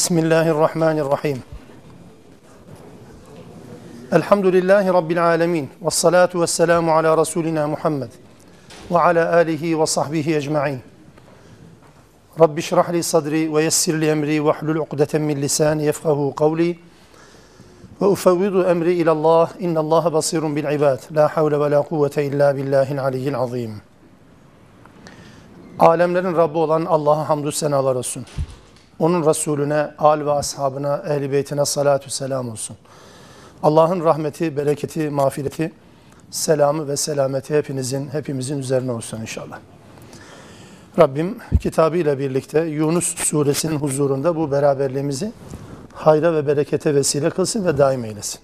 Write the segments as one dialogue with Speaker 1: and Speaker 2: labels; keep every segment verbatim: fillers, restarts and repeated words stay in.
Speaker 1: Bismillahirrahmanirrahim. Elhamdülillahi Rabbil alemin. Vessalatu vesselamu ala Resulina Muhammed. Ve ala alihi ve sahbihi ecma'in. Rabbi şrahli sadri ve yessirli emri ve hlul uqdeten min lisani yefkahu kavli. Ve ufevvidu emri ilallah. İnnallâhe basirun bil ibad. La havle ve la kuvvete illa billahil aliyyil azim. Alemlerin Rabbi olan Allah'a hamdü senalar olsun. Onun Resulüne, âl ve ashabına, ehl-i beytine salatu selam olsun. Allah'ın rahmeti, bereketi, mağfireti, selamı ve selameti hepinizin, hepimizin üzerine olsun inşallah. Rabbim kitabıyla birlikte Yunus suresinin huzurunda bu beraberliğimizi hayra ve berekete vesile kılsın ve daim eylesin.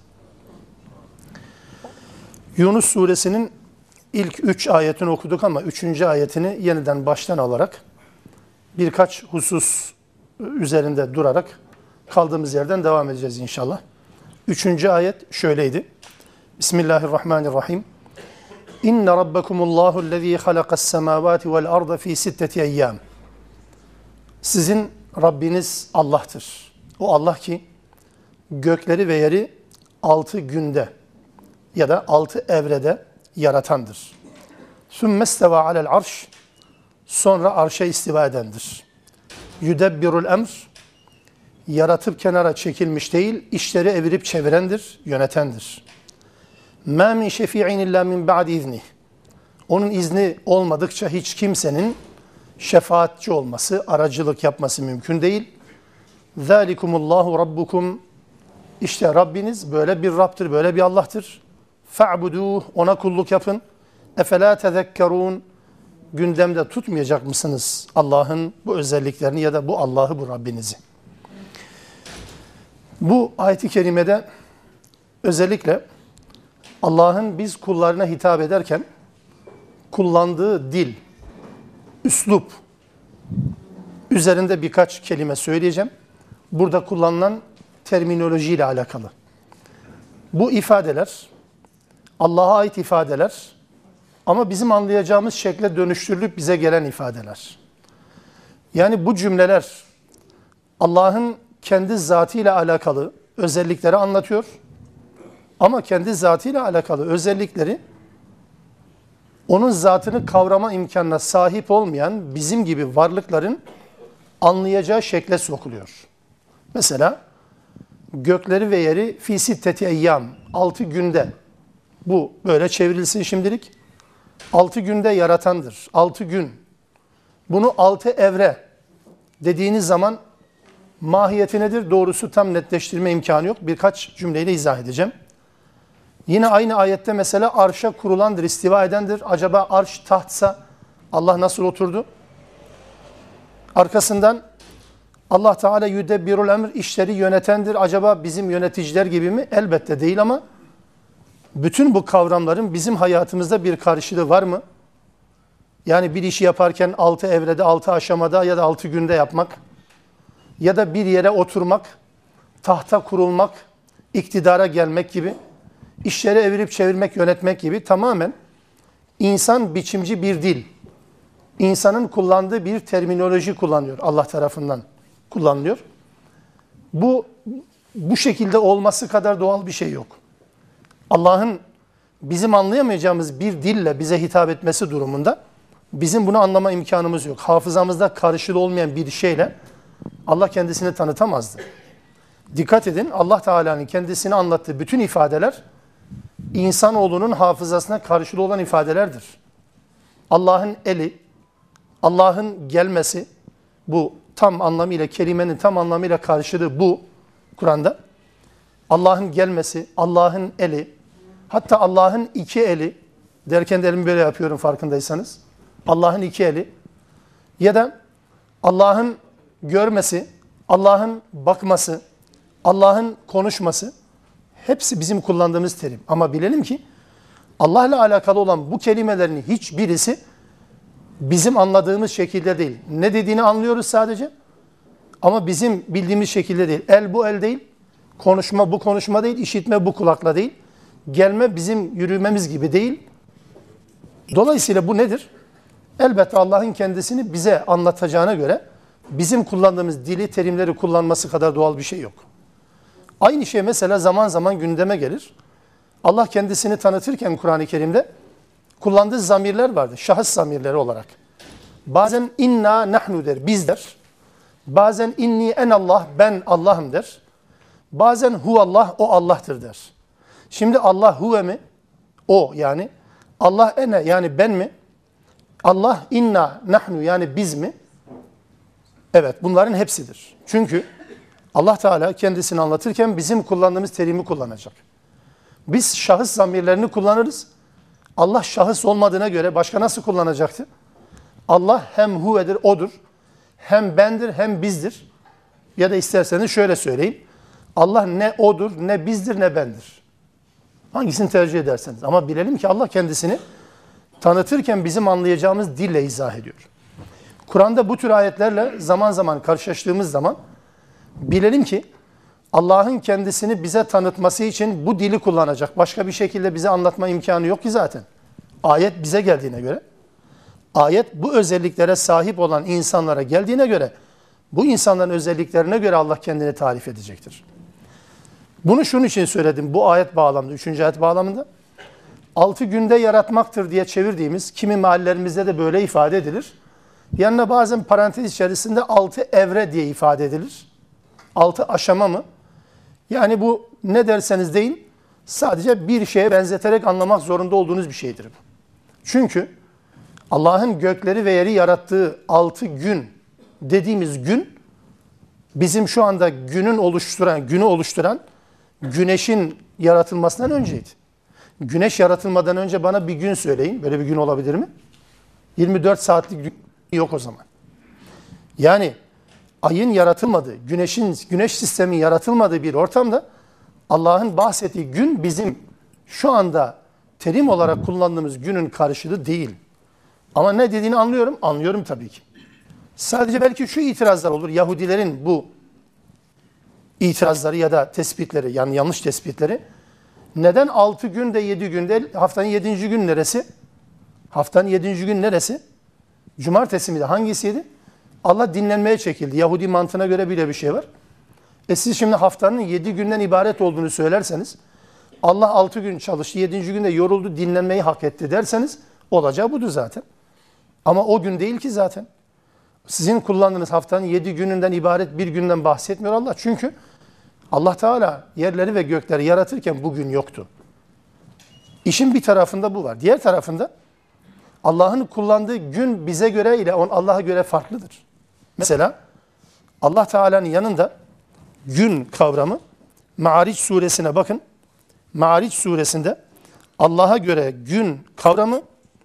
Speaker 1: Yunus suresinin ilk üç ayetini okuduk ama üçüncü ayetini yeniden baştan alarak birkaç husus üzerinde durarak kaldığımız yerden devam edeceğiz inşallah. Üçüncü ayet şöyleydi. Bismillahirrahmanirrahim. İnne rabbekumullahu lezî halakas semâvâti vel arda fî sitteti eyyâm. Sizin Rabbiniz Allah'tır. O Allah ki gökleri ve yeri altı günde ya da altı evrede yaratandır. Sümmesteva alel arş. Sonra arşa istiva edendir. Yüdebbirul emr, yaratıp kenara çekilmiş değil, işleri evirip çevirendir, yönetendir. Mâ min şefi'in illâ min ba'di izni. Onun izni olmadıkça hiç kimsenin şefaatçi olması, aracılık yapması mümkün değil. Zâlikumullahu rabbukum. İşte Rabbiniz böyle bir Rabb'tir, böyle bir Allah'tır. Fe'budûh, ona kulluk yapın. Efelâ tezekkerûn. Gündemde tutmayacak mısınız Allah'ın bu özelliklerini ya da bu Allah'ı, bu Rabbinizi? Bu ayet-i kerimede özellikle Allah'ın biz kullarına hitap ederken kullandığı dil, üslup üzerinde birkaç kelime söyleyeceğim. Burada kullanılan terminolojiyle alakalı. Bu ifadeler, Allah'a ait ifadeler ama bizim anlayacağımız şekle dönüştürülüp bize gelen ifadeler. Yani bu cümleler Allah'ın kendi zatıyla alakalı özellikleri anlatıyor. Ama kendi zatıyla alakalı özellikleri onun zatını kavrama imkanına sahip olmayan bizim gibi varlıkların anlayacağı şekle sokuluyor. Mesela gökleri ve yeri fî sitteti eyyâm, altı günde. Bu böyle çevrilsin şimdilik. Altı günde yaratandır. Altı gün. Bunu altı evre dediğiniz zaman mahiyeti nedir? Doğrusu tam netleştirme imkanı yok. Birkaç cümleyle izah edeceğim. Yine aynı ayette mesela arşa kurulandır, istiva edendir. Acaba arş tahtsa Allah nasıl oturdu? Arkasından Allah Teala yüdebbirul emr, işleri yönetendir. Acaba bizim yöneticiler gibi mi? Elbette değil ama bütün bu kavramların bizim hayatımızda bir karşılığı var mı? Yani bir işi yaparken altı evrede, altı aşamada ya da altı günde yapmak ya da bir yere oturmak, tahta kurulmak, iktidara gelmek gibi, işleri evirip çevirmek, yönetmek gibi tamamen insan biçimci bir dil, insanın kullandığı bir terminoloji kullanıyor, Allah tarafından kullanılıyor. Bu, bu şekilde olması kadar doğal bir şey yok. Allah'ın bizim anlayamayacağımız bir dille bize hitap etmesi durumunda bizim bunu anlama imkanımız yok. Hafızamızda karışık olmayan bir şeyle Allah kendisini tanıtamazdı. Dikkat edin, Allah Teala'nın kendisini anlattığı bütün ifadeler insanoğlunun hafızasına karşılığı olan ifadelerdir. Allah'ın eli, Allah'ın gelmesi, bu tam anlamıyla, kelimenin tam anlamıyla karşılığı bu Kur'an'da. Allah'ın gelmesi, Allah'ın eli, hatta Allah'ın iki eli, derken de elimi böyle yapıyorum farkındaysanız. Allah'ın iki eli ya da Allah'ın görmesi, Allah'ın bakması, Allah'ın konuşması hepsi bizim kullandığımız terim. Ama bilelim ki Allah'la alakalı olan bu kelimelerin hiçbirisi bizim anladığımız şekilde değil. Ne dediğini anlıyoruz sadece ama bizim bildiğimiz şekilde değil. El bu el değil, konuşma bu konuşma değil, işitme bu kulakla değil, gelme bizim yürümemiz gibi değil. Dolayısıyla bu nedir? Elbette Allah'ın kendisini bize anlatacağına göre bizim kullandığımız dili, terimleri kullanması kadar doğal bir şey yok. Aynı şey mesela zaman zaman gündeme gelir. Allah kendisini tanıtırken Kur'an-ı Kerim'de kullandığı zamirler vardır. Şahıs zamirleri olarak. Bazen inna nahnu der, biz der. Bazen inni en Allah, ben Allah'ım der. Bazen huvallah, o Allah'tır der. Şimdi Allah huve mi? O yani. Allah ene yani ben mi? Allah inna nahnu yani biz mi? Evet, bunların hepsidir. Çünkü Allah Teala kendisini anlatırken bizim kullandığımız terimi kullanacak. Biz şahıs zamirlerini kullanırız. Allah şahıs olmadığına göre başka nasıl kullanacaktı? Allah hem huvedir, odur. Hem bendir, hem bizdir. Ya da isterseniz şöyle söyleyeyim. Allah ne odur, ne bizdir, ne bendir. Hangisini tercih ederseniz. Ama bilelim ki Allah kendisini tanıtırken bizim anlayacağımız dille izah ediyor. Kur'an'da bu tür ayetlerle zaman zaman karşılaştığımız zaman bilelim ki Allah'ın kendisini bize tanıtması için bu dili kullanacak. Başka bir şekilde bize anlatma imkanı yok ki zaten. Ayet bize geldiğine göre, ayet bu özelliklere sahip olan insanlara geldiğine göre, bu insanların özelliklerine göre Allah kendini tarif edecektir. Bunu şunun için söyledim bu ayet bağlamında, üçüncü ayet bağlamında. Altı günde yaratmaktır diye çevirdiğimiz, kimi meallerimizde de böyle ifade edilir. Yanına bazen parantez içerisinde altı evre diye ifade edilir. Altı aşama mı? Yani bu ne derseniz deyin, sadece bir şeye benzeterek anlamak zorunda olduğunuz bir şeydir bu. Çünkü Allah'ın gökleri ve yeri yarattığı altı gün dediğimiz gün, bizim şu anda günün oluşturan, günü oluşturan güneşin yaratılmasından önceydi. Güneş yaratılmadan önce bana bir gün söyleyin. Böyle bir gün olabilir mi? yirmi dört saatlik gün yok o zaman. Yani ayın yaratılmadığı, güneşin, güneş sistemin yaratılmadığı bir ortamda Allah'ın bahsettiği gün bizim şu anda terim olarak kullandığımız günün karşılığı değil. Ama ne dediğini anlıyorum. Anlıyorum tabii ki. Sadece belki şu itirazlar olur. Yahudilerin bu itirazları ya da tespitleri, yani yanlış tespitleri. Neden altı günde yedi günde, haftanın yedinci gün neresi? Haftanın yedinci gün neresi? Cumartesi miydi? Hangisiydi? Allah dinlenmeye çekildi. Yahudi mantığına göre bile bir şey var. E siz şimdi haftanın yedi günden ibaret olduğunu söylerseniz, Allah altı gün çalıştı, yedinci günde yoruldu, dinlenmeyi hak etti derseniz, olacağı budur zaten. Ama o gün değil ki zaten. Sizin kullandığınız haftanın yedi gününden ibaret bir günden bahsetmiyor Allah. Çünkü Allah Teala yerleri ve gökleri yaratırken bugün yoktu. İşin bir tarafında bu var. Diğer tarafında Allah'ın kullandığı gün bize göre ile Allah'a göre farklıdır. Mesela Allah Teala'nın yanında gün kavramı, Ma'ariç suresine bakın. Ma'ariç suresinde Allah'a göre gün kavramı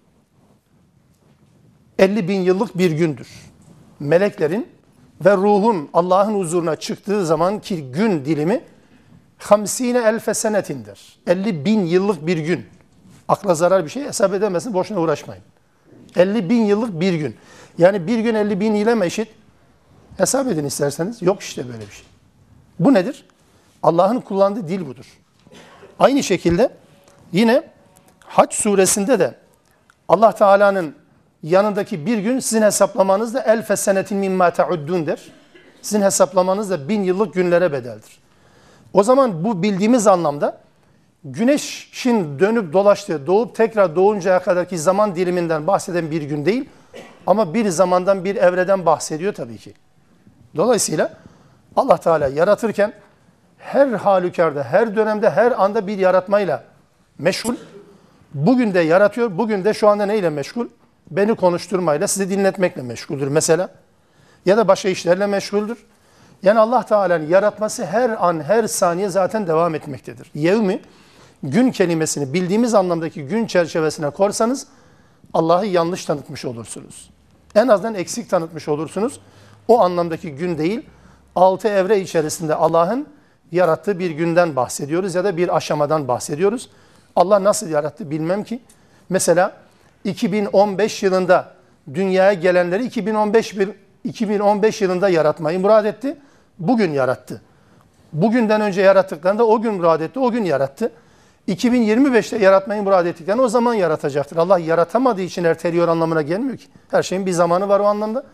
Speaker 1: elli bin yıllık bir gündür. Meleklerin ve ruhun Allah'ın huzuruna çıktığı zamanki gün dilimi hamsine elfe senetindir. elli bin yıllık bir gün. Akla zarar bir şey, hesap edemezsin, boşuna uğraşmayın. elli bin yıllık bir gün. Yani bir gün elli bin ile mi eşit? Hesap edin isterseniz. Yok işte böyle bir şey. Bu nedir? Allah'ın kullandığı dil budur. Aynı şekilde yine Hac suresinde de Allah Teala'nın yanındaki bir gün sizin hesaplamanız da elfe senetin mimma ta'uddun der. Sizin hesaplamanız da bin yıllık günlere bedeldir. O zaman bu bildiğimiz anlamda güneşin dönüp dolaştığı, doğup tekrar doğuncaya kadarki zaman diliminden bahseden bir gün değil, ama bir zamandan, bir evreden bahsediyor tabii ki. Dolayısıyla Allah Teala yaratırken her halükarda, her dönemde, her anda bir yaratmayla meşgul. Bugün de yaratıyor, bugün de şu anda neyle meşgul? Beni konuşturmayla, sizi dinletmekle meşguldür mesela. Ya da başka işlerle meşguldür. Yani Allah Teala'nın yaratması her an, her saniye zaten devam etmektedir. Yevmi, gün kelimesini bildiğimiz anlamdaki gün çerçevesine korsanız Allah'ı yanlış tanıtmış olursunuz. En azından eksik tanıtmış olursunuz. O anlamdaki gün değil, altı evre içerisinde Allah'ın yarattığı bir günden bahsediyoruz ya da bir aşamadan bahsediyoruz. Allah nasıl yarattı bilmem ki. Mesela iki bin on beş yılında dünyaya gelenleri iki bin on beş, iki bin on beş yılında yaratmayı murad etti. Bugün yarattı. Bugünden önce yarattıklarında o gün murad etti, o gün yarattı. iki bin yirmi beşte yaratmayı murad ettiklerini o zaman yaratacaktır. Allah yaratamadığı için erteliyor anlamına gelmiyor ki. Her şeyin bir zamanı var o anlamda.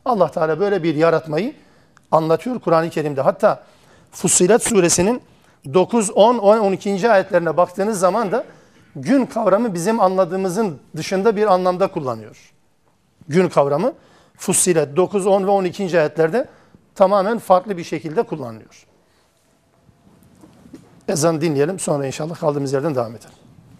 Speaker 1: Allah Teala böyle bir yaratmayı anlatıyor Kur'an-ı Kerim'de. Hatta Fussilet suresinin dokuz, on, on iki. ayetlerine baktığınız zaman da gün kavramı bizim anladığımızın dışında bir anlamda kullanıyor. Gün kavramı Fussilet dokuz, on ve on iki. ayetlerde tamamen farklı bir şekilde kullanılıyor. Ezan dinleyelim, sonra inşallah kaldığımız yerden devam edelim.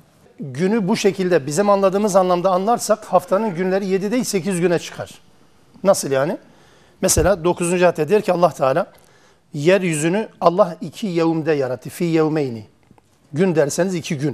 Speaker 1: Günü bu şekilde bizim anladığımız anlamda anlarsak haftanın günleri yedi değil sekiz güne çıkar. Nasıl yani? Mesela dokuzuncu ayette der ki Allah Teala yeryüzünü Allah iki yevmde yarattı. Fi yevmeyni. Gün derseniz iki gün.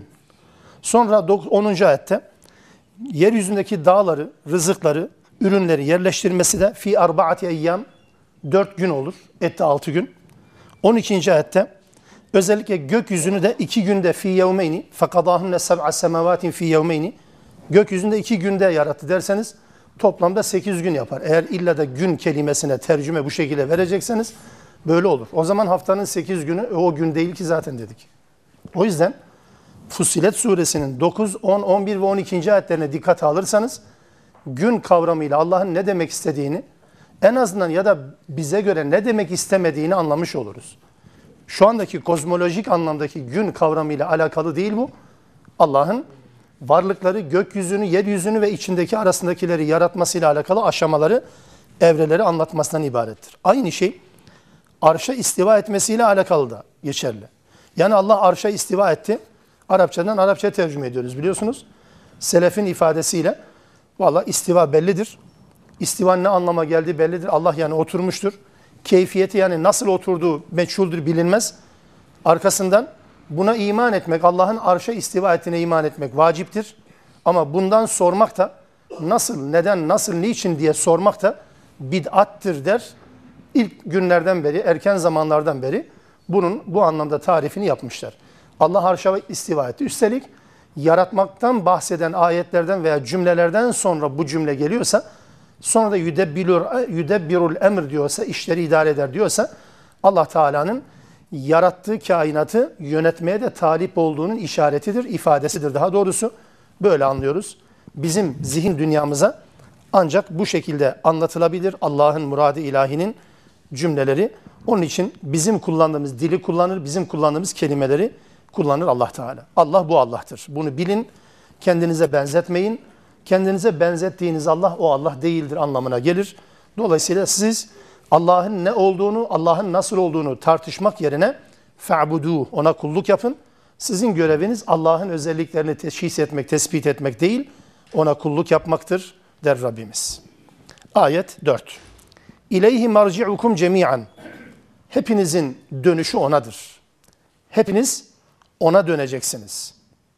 Speaker 1: Sonra onuncu ayette yeryüzündeki dağları, rızıkları, ürünleri yerleştirmesi de fi arbaati eyyam dört gün olur. Etti altı gün. on ikinci ayette özellikle gökyüzünü de iki günde fi yevmeyni fakadahunne seb'a semavatin fi yevmeyni gökyüzünde iki günde yarattı derseniz toplamda sekiz gün yapar. Eğer illa da gün kelimesine tercüme bu şekilde verecekseniz böyle olur. O zaman haftanın sekiz günü o gün değil ki zaten dedik. O yüzden Fussilet suresinin dokuz, on, on bir ve on iki. ayetlerine dikkate alırsanız gün kavramıyla Allah'ın ne demek istediğini en azından ya da bize göre ne demek istemediğini anlamış oluruz. Şu andaki kozmolojik anlamdaki gün kavramıyla alakalı değil bu. Allah'ın varlıkları, gökyüzünü, yeryüzünü ve içindeki arasındakileri yaratmasıyla alakalı aşamaları, evreleri anlatmasından ibarettir. Aynı şey arşa istiva etmesiyle alakalı da geçerli. Yani Allah arşa istiva etti. Arapçadan Arapça tercüme ediyoruz biliyorsunuz. Selefin ifadesiyle valla istiva bellidir. İstivanın ne anlama geldiği bellidir. Allah yani oturmuştur. Keyfiyeti yani nasıl oturduğu meçhuldür bilinmez. Arkasından buna iman etmek, Allah'ın arşa istiva ettiğine iman etmek vaciptir. Ama bundan sormak da nasıl, neden, nasıl, niçin diye sormak da bid'attır der. İlk günlerden beri, erken zamanlardan beri bunun bu anlamda tarifini yapmışlar. Allah arşa istiva etti. Üstelik yaratmaktan bahseden ayetlerden veya cümlelerden sonra bu cümle geliyorsa, sonra da yüdebbirul, yüdebbirul emr diyorsa, işleri idare eder diyorsa, Allah Teala'nın yarattığı kainatı yönetmeye de talip olduğunun işaretidir, ifadesidir daha doğrusu. Böyle anlıyoruz. Bizim zihin dünyamıza ancak bu şekilde anlatılabilir Allah'ın muradı ilahinin cümleleri. Onun için bizim kullandığımız dili kullanır, bizim kullandığımız kelimeleri kullanır Allah Teala. Allah bu Allah'tır. Bunu bilin, kendinize benzetmeyin. Kendinize benzettiğiniz Allah o Allah değildir anlamına gelir. Dolayısıyla siz Allah'ın ne olduğunu, Allah'ın nasıl olduğunu tartışmak yerine fe'budu, ona kulluk yapın. Sizin göreviniz Allah'ın özelliklerini teşhis etmek, tespit etmek değil, ona kulluk yapmaktır der Rabbimiz. Ayet dört. İleyhi marci'ukum cemi'an. Hepinizin dönüşü onadır. Hepiniz ona döneceksiniz.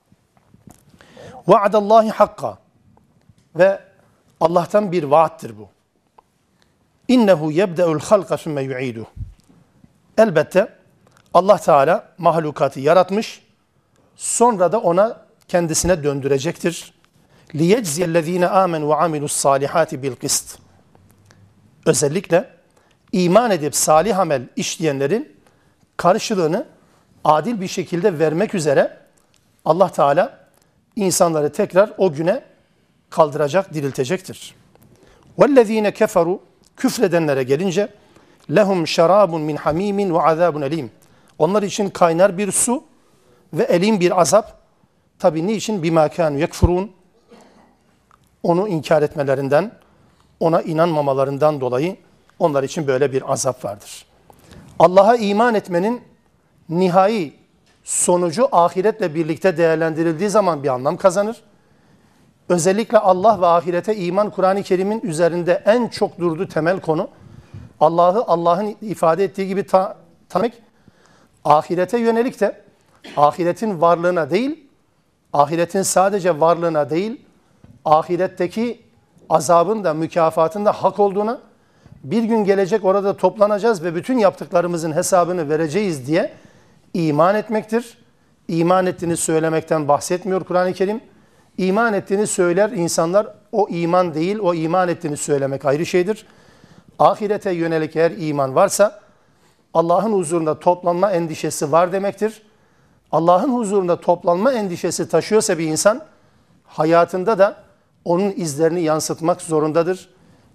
Speaker 1: Va'dallahi hakka. Ve Allah'tan bir vaattir bu. İnnehu yebde'ul halqa sümme yu'iduh. Elbette Allah Teala mahlukatı yaratmış, sonra da ona kendisine döndürecektir. لِيَجْزِيَ الَّذ۪ينَ آمَنُوا وَعَمِلُوا الصَّالِحَاتِ بِالْقِسْطِ. Özellikle iman edip salih amel işleyenlerin karşılığını adil bir şekilde vermek üzere Allah Teala insanları tekrar o güne kaldıracak, diriltecektir. وَالَّذ۪ينَ كَفَرُوا Küfredenlere gelince لَهُمْ شَرَابٌ مِنْ حَم۪يمٍ وَعَذَابٌ اَل۪يمٍ. Onlar için kaynar bir su ve elim bir azap. Tabi niçin? بِمَا كَانُوا يَكْفُرُونَ. Onu inkar etmelerinden, ona inanmamalarından dolayı onlar için böyle bir azap vardır. Allah'a iman etmenin nihai sonucu ahiretle birlikte değerlendirildiği zaman bir anlam kazanır. Özellikle Allah ve ahirete iman Kur'an-ı Kerim'in üzerinde en çok durduğu temel konu Allah'ı Allah'ın ifade ettiği gibi ta tanımak, ahirete yönelik de ahiretin varlığına değil, ahiretin sadece varlığına değil, ahiretteki azabın da mükafatın da hak olduğuna, bir gün gelecek orada toplanacağız ve bütün yaptıklarımızın hesabını vereceğiz diye iman etmektir. İman ettiğini söylemekten bahsetmiyor Kur'an-ı Kerim. İman ettiğini söyler insanlar, o iman değil, o iman ettiğini söylemek ayrı şeydir. Ahirete yönelik eğer iman varsa Allah'ın huzurunda toplanma endişesi var demektir. Allah'ın huzurunda toplanma endişesi taşıyorsa bir insan hayatında da onun izlerini yansıtmak zorundadır.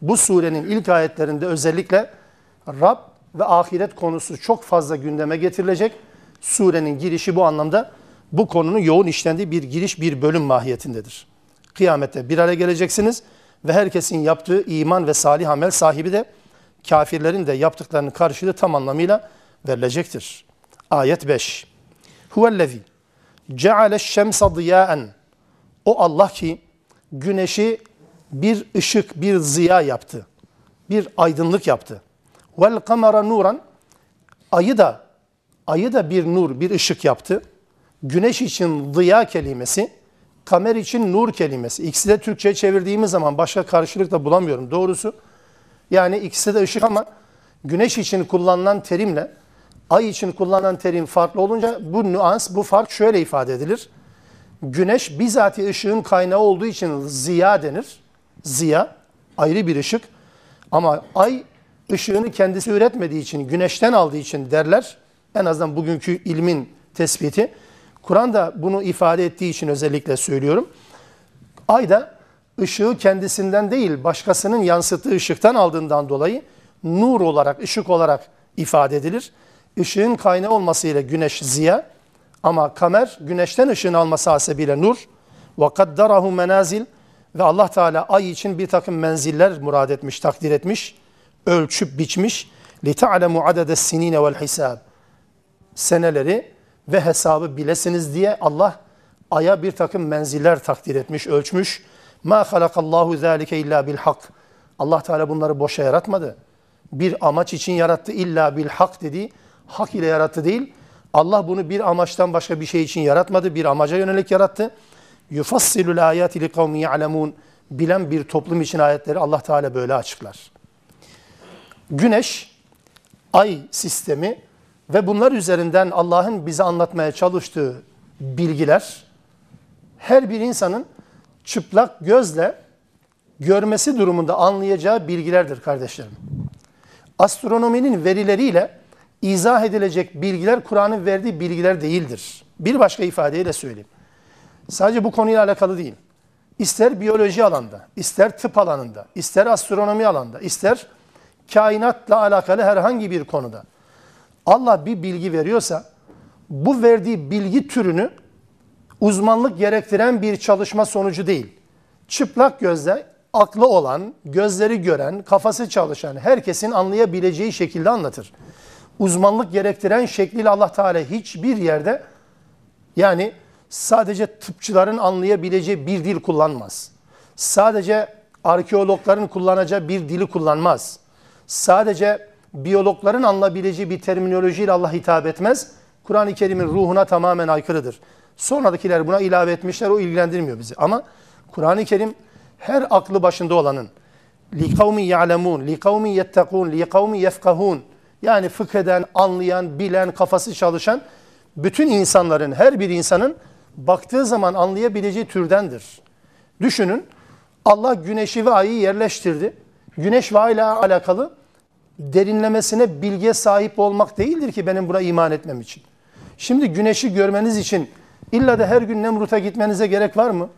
Speaker 1: Bu surenin ilk ayetlerinde özellikle Rab ve ahiret konusu çok fazla gündeme getirilecek. Surenin girişi bu anlamda bu konunun yoğun işlendiği bir giriş, bir bölüm mahiyetindedir. Kıyamette bir araya geleceksiniz ve herkesin yaptığı iman ve salih amel sahibi de kafirlerin de yaptıklarının karşılığı tam anlamıyla verilecektir. Ayet beş. Huvellezî ceale'ş-şemse ziyâen. O Allah ki güneşi bir ışık, bir ziya yaptı. Bir aydınlık yaptı. Vel kamera nuran. Ayı da ayı da bir nur, bir ışık yaptı. Güneş için ziya kelimesi, kamer için nur kelimesi. İkisi de Türkçe'ye çevirdiğimiz zaman başka karşılık da bulamıyorum doğrusu. Yani ikisi de ışık ama güneş için kullanılan terimle ay için kullanılan terim farklı olunca bu nüans, bu fark şöyle ifade edilir. Güneş bizatihi ışığın kaynağı olduğu için ziya denir. Ziya ayrı bir ışık ama ay ışığını kendisi üretmediği için, güneşten aldığı için derler. En azından bugünkü ilmin tespiti. Kur'an da bunu ifade ettiği için özellikle söylüyorum. Ay da ışığı kendisinden değil, başkasının yansıttığı ışıktan aldığından dolayı nur olarak, ışık olarak ifade edilir. Işığın kaynağı olmasıyla güneş ziya ama kamer güneşten ışığını alması hasebiyle nur. وَقَدَّرَهُ menazil ve Allah Teala ay için bir takım menziller murad etmiş, takdir etmiş, ölçüp biçmiş. لِتَعْلَمُ عَدَدَ السِّن۪ينَ وَالْحِسَابِ Seneleri ve hesabı bilesiniz diye Allah aya bir takım menziller takdir etmiş, ölçmüş. مَا خَلَقَ اللّٰهُ ذَٰلِكَ illa بِالْحَقِّ Allah Teala bunları boşa yaratmadı. Bir amaç için yarattı. İlla bil hak dediği hak ile yarattı değil. Allah bunu bir amaçtan başka bir şey için yaratmadı. Bir amaca yönelik yarattı. Yufassilul ayati li kavmin ya'lemun. Bilen bir toplum için ayetleri Allah Teala böyle açıklar. Güneş, ay sistemi ve bunlar üzerinden Allah'ın bize anlatmaya çalıştığı bilgiler her bir insanın çıplak gözle görmesi durumunda anlayacağı bilgilerdir kardeşlerim. Astronominin verileriyle izah edilecek bilgiler Kur'an'ın verdiği bilgiler değildir. Bir başka ifadeyle söyleyeyim. Sadece bu konuyla alakalı değil. İster biyoloji alanda, ister tıp alanında, ister astronomi alanda, ister kainatla alakalı herhangi bir konuda Allah bir bilgi veriyorsa bu verdiği bilgi türünü uzmanlık gerektiren bir çalışma sonucu değil. Çıplak gözle aklı olan, gözleri gören, kafası çalışan herkesin anlayabileceği şekilde anlatır. Uzmanlık gerektiren şekliyle Allah Teala hiçbir yerde yani sadece tıpçıların anlayabileceği bir dil kullanmaz. Sadece arkeologların kullanacağı bir dili kullanmaz. Sadece biyologların anlayabileceği bir terminolojiyle Allah hitap etmez. Kur'an-ı Kerim'in ruhuna tamamen aykırıdır. Sonradakiler buna ilave etmişler, o ilgilendirmiyor bizi. Ama Kur'an-ı Kerim her aklı başında olanın لِقَوْمٍ يَعْلَمُونَ لِقَوْمٍ يَتَّقُونَ لِقَوْمٍ يَفْقَهُونَ yani fıkheden, anlayan, bilen, kafası çalışan bütün insanların, her bir insanın baktığı zaman anlayabileceği türdendir. Düşünün, Allah güneşi ve ayı yerleştirdi. Güneş ve ayla alakalı derinlemesine bilgiye sahip olmak değildir ki benim buna iman etmem için. Şimdi güneşi görmeniz için illa da her gün Nemrut'a gitmenize gerek var mı?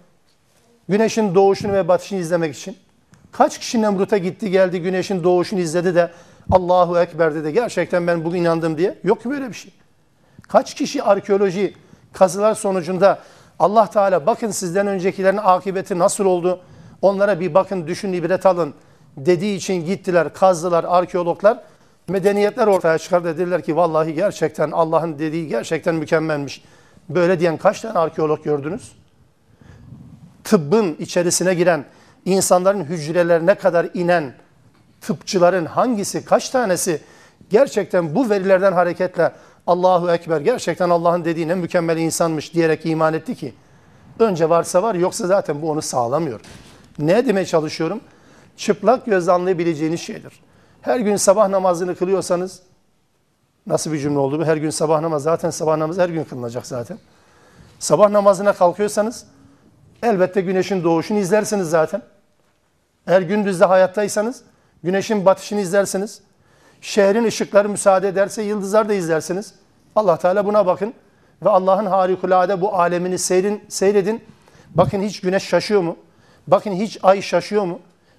Speaker 1: Güneşin doğuşunu ve batışını izlemek için. Kaç kişi Nemrut'a gitti geldi güneşin doğuşunu izledi de Allahu Ekber dedi gerçekten ben bugün inandım diye. Yok ki böyle bir şey. Kaç kişi arkeoloji kazılar sonucunda Allah Teala bakın sizden öncekilerin akıbeti nasıl oldu? Onlara bir bakın düşün ibret alın dediği için gittiler kazdılar arkeologlar. Medeniyetler ortaya çıkar dediler ki vallahi gerçekten Allah'ın dediği gerçekten mükemmelmiş. Böyle diyen kaç tane arkeolog gördünüz? Tıbbın içerisine giren, insanların hücrelerine kadar inen tıpçıların hangisi, kaç tanesi gerçekten bu verilerden hareketle Allahu Ekber, gerçekten Allah'ın dediği ne mükemmel insanmış diyerek iman etti ki? Önce varsa var, yoksa zaten bu onu sağlamıyor. Ne demeye çalışıyorum? Çıplak gözle anlayabileceğiniz şeydir. Her gün sabah namazını kılıyorsanız, nasıl bir cümle oldu bu? Her gün sabah namazı, zaten sabah namazı her gün kılınacak zaten. Sabah namazına kalkıyorsanız, elbette güneşin doğuşunu izlersiniz zaten. Eğer gündüzde hayattaysanız, güneşin batışını izlersiniz. Şehrin ışıkları müsaade ederse yıldızlar da izlersiniz. Allah Teala buna bakın. Ve Allah'ın harikulade bu alemini seyrin, seyredin. Bakın hiç güneş şaşıyor mu? Bakın hiç ay şaşıyor mu?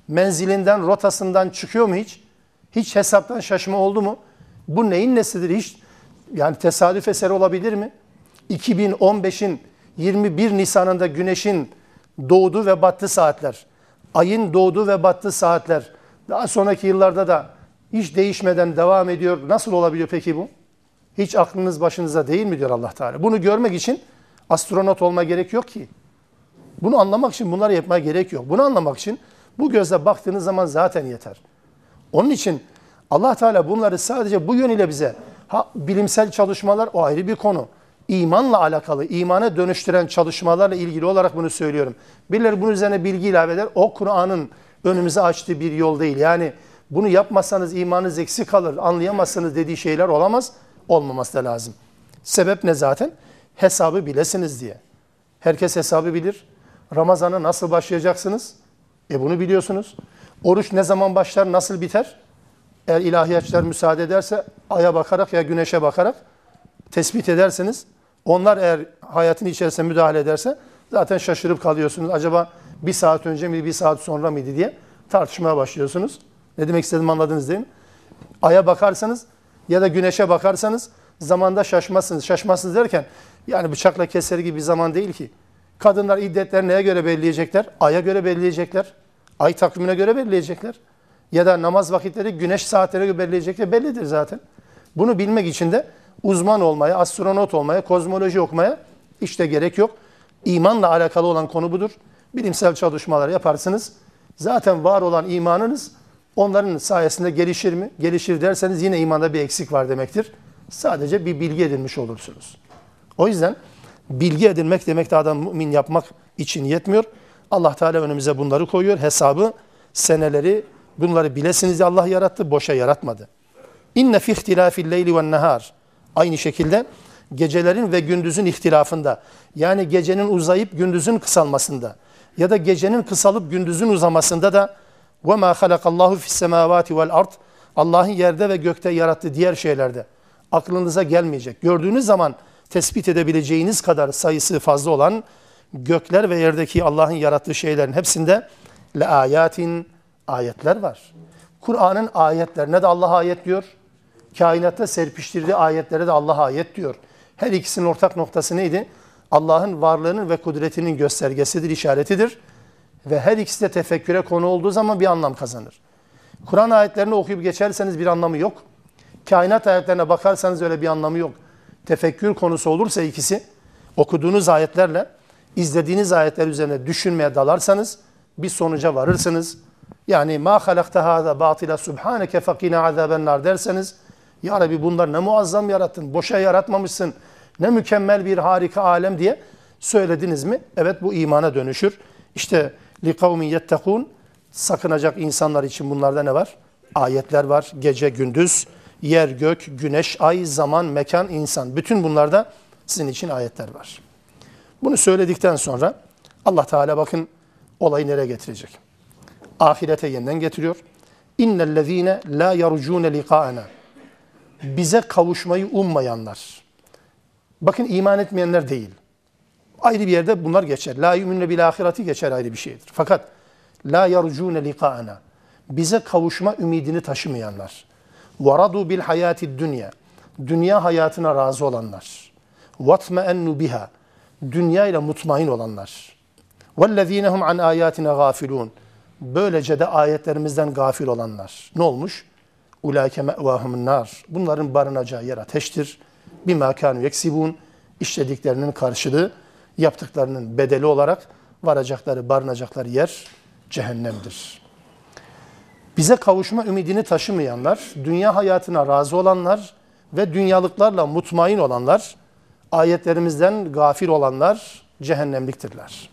Speaker 1: menzilinden, rotasından çıkıyor mu hiç? Hiç hesaptan şaşma oldu mu? Bu neyin nesidir? Hiç yani tesadüf eseri olabilir mi? iki bin on beşin yirmi bir Nisan'ında güneşin doğduğu ve battığı saatler, ayın doğduğu ve battığı saatler, daha sonraki yıllarda da hiç değişmeden devam ediyor. Nasıl olabiliyor peki bu? Hiç aklınız başınıza değil mi diyor Allah Teala? Bunu görmek için astronot olma gerek yok ki. Bunu anlamak için bunları yapmaya gerek yok. Bunu anlamak için bu gözle baktığınız zaman zaten yeter. Onun için Allah Teala bunları sadece bu yönüyle bize, ha, bilimsel çalışmalar o ayrı bir konu. İmanla alakalı, imana dönüştüren çalışmalarla ilgili olarak bunu söylüyorum. Birileri bunun üzerine bilgi ilave eder. O Kur'an'ın önümüze açtığı bir yol değil. Yani bunu yapmazsanız imanınız eksik kalır, anlayamazsınız dediği şeyler olamaz. Olmaması da lazım. Sebep ne zaten? Hesabı bilesiniz diye. Herkes hesabı bilir. Ramazan'a nasıl başlayacaksınız? E bunu biliyorsunuz. Oruç ne zaman başlar, nasıl biter? Eğer ilahiyatçılar müsaade ederse aya bakarak ya güneşe bakarak tespit ederseniz, onlar eğer hayatın içerisine müdahale ederse zaten şaşırıp kalıyorsunuz. Acaba bir saat önce mi, bir saat sonra mıydı diye tartışmaya başlıyorsunuz. Ne demek istediğimi anladınız değil mi? Aya bakarsanız ya da güneşe bakarsanız zamanda şaşmazsınız. Şaşmazsınız derken yani bıçakla keser gibi bir zaman değil ki. Kadınlar iddetlerini neye göre belirleyecekler? Aya göre belirleyecekler. Ay takvimine göre belirleyecekler. Ya da namaz vakitleri güneş saatlerine göre belirleyecekler. Bellidir zaten. Bunu bilmek için de uzman olmaya, astronot olmaya, kozmoloji okumaya işte gerek yok. İmanla alakalı olan konu budur. Bilimsel çalışmalar yaparsınız. Zaten var olan imanınız onların sayesinde gelişir mi? Gelişir derseniz yine imanda bir eksik var demektir. Sadece bir bilgi edinmiş olursunuz. O yüzden bilgi edinmek demek de adam mümin yapmak için yetmiyor. Allah Teala önümüze bunları koyuyor. Hesabı, seneleri, bunları bilesiniz diye Allah yarattı. Boşa yaratmadı. İnne fi ihtilafil leyli ven nehar. Aynı şekilde gecelerin ve gündüzün ihtilafında, yani gecenin uzayıp gündüzün kısalmasında ya da gecenin kısalıp gündüzün uzamasında da وَمَا خَلَقَ اللّٰهُ فِي السَّمَاوَاتِ وَالْاَرْضِ Allah'ın yerde ve gökte yarattığı diğer şeylerde aklınıza gelmeyecek, gördüğünüz zaman tespit edebileceğiniz kadar sayısı fazla olan gökler ve yerdeki Allah'ın yarattığı şeylerin hepsinde leayatin, ayetler var. Kur'an'ın ayetlerine de Allah ayet diyor. Kainatta serpiştirdiği ayetlere de Allah ayet diyor. Her ikisinin ortak noktası neydi? Allah'ın varlığının ve kudretinin göstergesidir, işaretidir. Ve her ikisi de tefekküre konu olduğu zaman bir anlam kazanır. Kur'an ayetlerini okuyup geçerseniz bir anlamı yok. Kainat ayetlerine bakarsanız öyle bir anlamı yok. Tefekkür konusu olursa ikisi, okuduğunuz ayetlerle izlediğiniz ayetler üzerine düşünmeye dalarsanız bir sonuca varırsınız. Yani ma halakta hâzâ bâtila subhâneke fakînâ azâbennâr derseniz, ya Rabbi bunlar ne muazzam yarattın, boşa yaratmamışsın, ne mükemmel bir harika alem diye söylediniz mi? Evet, bu imana dönüşür. İşte لِقَوْمٍ يَتَّقُونَ sakınacak insanlar için bunlarda ne var? Ayetler var. Gece, gündüz, yer, gök, güneş, ay, zaman, mekan, insan. Bütün bunlarda sizin için ayetler var. Bunu söyledikten sonra Allah Teala bakın olayı nereye getirecek? Ahirete yeniden getiriyor. İnnellezîne lâ yarcûne liqâena. Bize kavuşmayı ummayanlar. Bakın iman etmeyenler değil. Ayrı bir yerde bunlar geçer. La yu'minne bil ahireti geçer, ayrı bir şeydir. Fakat la yarcûne liqâena. Bize kavuşma ümidini taşımayanlar. وَرَضُوا بِالْحَيَاتِ الدُّنْيَا Dünya hayatına razı olanlar. وَاتْمَأَنُّ biha Dünya ile mutmain olanlar. وَالَّذ۪ينَ هُمْ عَنْ آيَاتِنَا غَافِلُونَ Böylece de ayetlerimizden gafil olanlar. Ne olmuş? اُولَٰيكَ مَأْوَاهُمُ النَّارِ Bunların barınacağı yer ateştir. بِمَا كَانُوا يَكْسِبُونَ İşlediklerinin karşılığı, yaptıklarının bedeli olarak varacakları, barınacakları yer cehennemdir. Bize kavuşma ümidini taşımayanlar, dünya hayatına razı olanlar ve dünyalıklarla mutmain olanlar, ayetlerimizden gafil olanlar cehennemliktirler.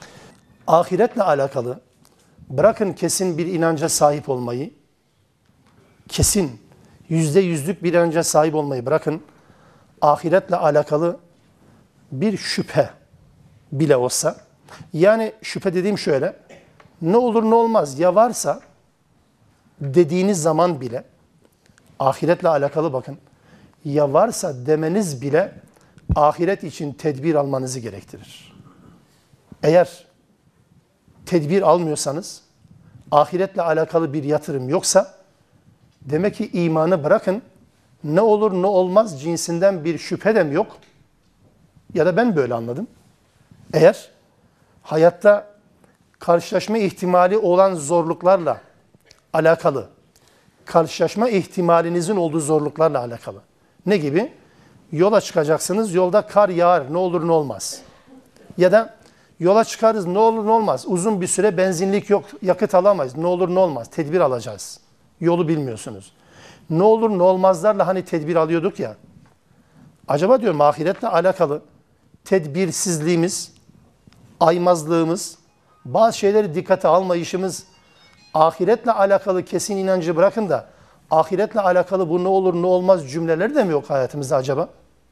Speaker 1: Ahiretle alakalı, bırakın kesin bir inanca sahip olmayı, kesin, yüzde yüzlük bir inanca sahip olmayı bırakın, ahiretle alakalı bir şüphe bile olsa, yani şüphe dediğim şöyle, ne olur ne olmaz ya varsa dediğiniz zaman bile, ahiretle alakalı bakın, ya varsa demeniz bile ahiret için tedbir almanızı gerektirir. Eğer tedbir almıyorsanız, ahiretle alakalı bir yatırım yoksa, demek ki imanı bırakın, ne olur ne olmaz cinsinden bir şüphe de mi yok? Ya da ben böyle anladım. Eğer hayatta karşılaşma ihtimali olan zorluklarla alakalı, karşılaşma ihtimalinizin olduğu zorluklarla alakalı. Ne gibi? Yola çıkacaksınız, yolda kar yağar, ne olur ne olmaz. Ya da yola çıkarız, ne olur ne olmaz. Uzun bir süre benzinlik yok, yakıt alamayız, ne olur ne olmaz. Tedbir alacağız. Yolu bilmiyorsunuz. Ne olur ne olmazlarla hani tedbir alıyorduk ya. Acaba diyorum ahiretle alakalı tedbirsizliğimiz, aymazlığımız, bazı şeyleri dikkate almayışımız, ahiretle alakalı kesin inancı bırakın da ahiretle alakalı bu ne olur ne olmaz cümleleri de mi yok hayatımızda acaba?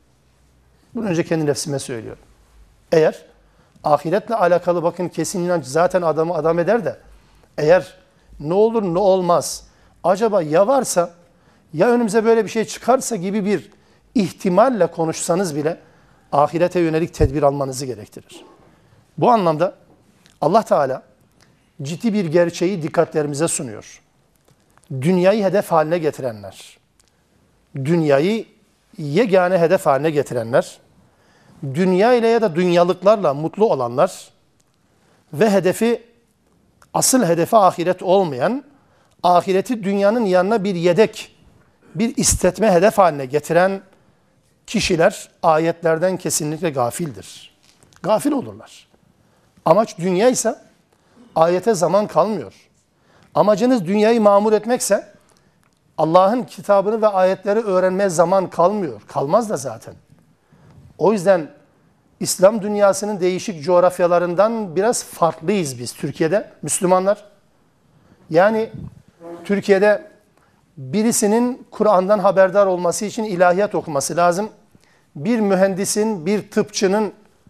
Speaker 1: Bunu önce kendi nefsime söylüyorum. Eğer ahiretle alakalı bakın kesin inanç zaten adamı adam eder de eğer ne olur ne olmaz acaba ya varsa ya önümüze böyle bir şey çıkarsa gibi bir ihtimalle konuşsanız bile ahirete yönelik tedbir almanızı gerektirir. Bu anlamda Allah Teala ciddi bir gerçeği dikkatlerimize sunuyor. Dünyayı hedef haline getirenler, dünyayı yegane hedef haline getirenler, dünya ile ya da dünyalıklarla mutlu olanlar ve hedefi, asıl hedefi ahiret olmayan, ahireti dünyanın yanına bir yedek, bir istetme hedef haline getiren kişiler ayetlerden kesinlikle gafildir. Gafil olurlar. Amaç dünya ise ayete zaman kalmıyor. Amacınız dünyayı mamur etmekse Allah'ın kitabını ve ayetleri öğrenmeye zaman kalmıyor. Kalmaz da zaten. O yüzden İslam dünyasının değişik coğrafyalarından biraz farklıyız biz Türkiye'de Müslümanlar. Yani Türkiye'de birisinin Kur'an'dan haberdar olması için ilahiyat okuması lazım. Bir mühendisin, bir tıpçının,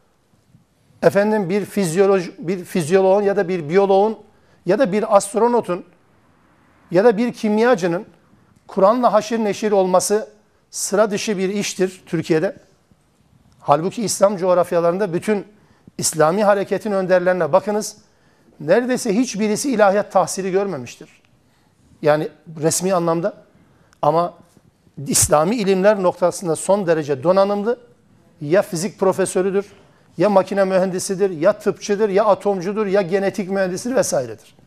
Speaker 1: efendim bir fizyoloji, bir fizyoloğun ya da bir biyoloğun ya da bir astronotun ya da bir kimyacının Kur'an'la haşir neşir olması sıra dışı bir iştir Türkiye'de. Halbuki İslam coğrafyalarında bütün İslami hareketin önderlerine bakınız. Neredeyse hiçbirisi ilahiyat tahsili görmemiştir. Yani resmi anlamda. Ama İslami ilimler noktasında son derece donanımlı. Ya fizik profesörüdür, ya makine mühendisidir, ya tıpçıdır, ya atomcudur, ya genetik mühendisidir vesairedir.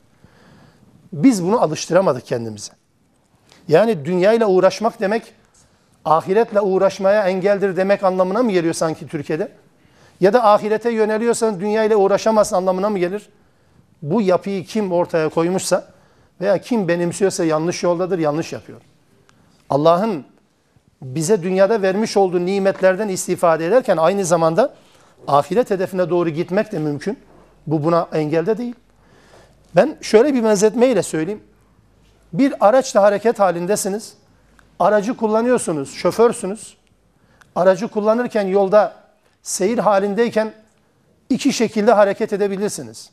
Speaker 1: Biz bunu alıştıramadık kendimize. Yani dünyayla uğraşmak demek, ahiretle uğraşmaya engeldir demek anlamına mı geliyor sanki Türkiye'de? Ya da ahirete yöneliyorsan dünyayla uğraşamazsın anlamına mı gelir? Bu yapıyı kim ortaya koymuşsa veya kim benimsiyorsa yanlış yoldadır, yanlış yapıyor. Allah'ın bize dünyada vermiş olduğu nimetlerden istifade ederken aynı zamanda ahiret hedefine doğru gitmek de mümkün. Bu buna engel de değil. Ben şöyle bir benzetmeyle söyleyeyim. Bir araçla hareket halindesiniz. Aracı kullanıyorsunuz, şoförsünüz. Aracı kullanırken yolda seyir halindeyken iki şekilde hareket edebilirsiniz.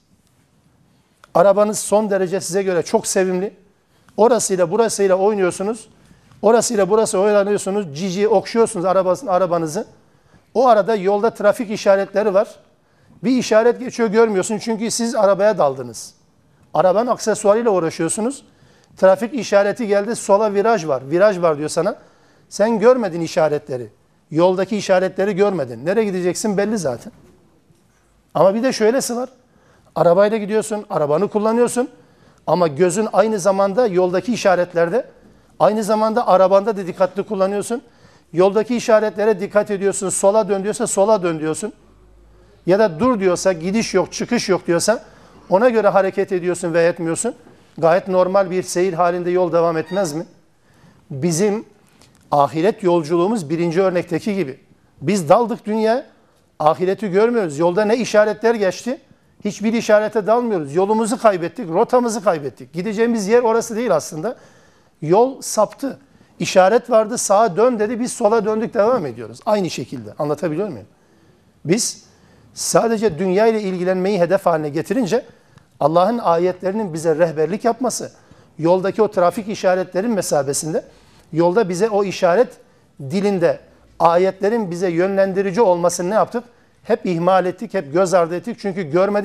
Speaker 1: Arabanız son derece size göre çok sevimli. Orasıyla burasıyla oynuyorsunuz. Orasıyla burası oynanıyorsunuz. Cici okşuyorsunuz arabasını, arabanızı. O arada yolda trafik işaretleri var. Bir işaret geçiyor görmüyorsun çünkü siz arabaya daldınız. Arabanın aksesuarıyla uğraşıyorsunuz. Trafik işareti geldi, sola viraj var. Viraj var diyor sana. Sen görmedin işaretleri. Yoldaki işaretleri görmedin. Nereye gideceksin belli zaten. Ama bir de şöylesi var. Arabayla gidiyorsun, arabanı kullanıyorsun. Ama gözün aynı zamanda yoldaki işaretlerde, aynı zamanda arabanda da dikkatli kullanıyorsun. Yoldaki işaretlere dikkat ediyorsun. Sola dön diyorsa sola dön diyorsun. Ya da dur diyorsa, gidiş yok, çıkış yok diyorsa ona göre hareket ediyorsun ve etmiyorsun. Gayet normal bir seyir halinde yol devam etmez mi? Bizim ahiret yolculuğumuz birinci örnekteki gibi. Biz daldık dünyaya, ahireti görmüyoruz. Yolda ne işaretler geçti? Hiçbir işarete dalmıyoruz. Yolumuzu kaybettik, rotamızı kaybettik. Gideceğimiz yer orası değil aslında. Yol saptı. İşaret vardı, sağa dön dedi, biz sola döndük, devam ediyoruz. Aynı şekilde. Anlatabiliyor muyum? Biz sadece dünya ile ilgilenmeyi hedef haline getirince Allah'ın ayetlerinin bize rehberlik yapması, yoldaki o trafik işaretlerin mesabesinde, yolda bize o işaret dilinde ayetlerin bize yönlendirici olmasını ne yaptık? Hep ihmal ettik, hep göz ardı ettik çünkü görmedik.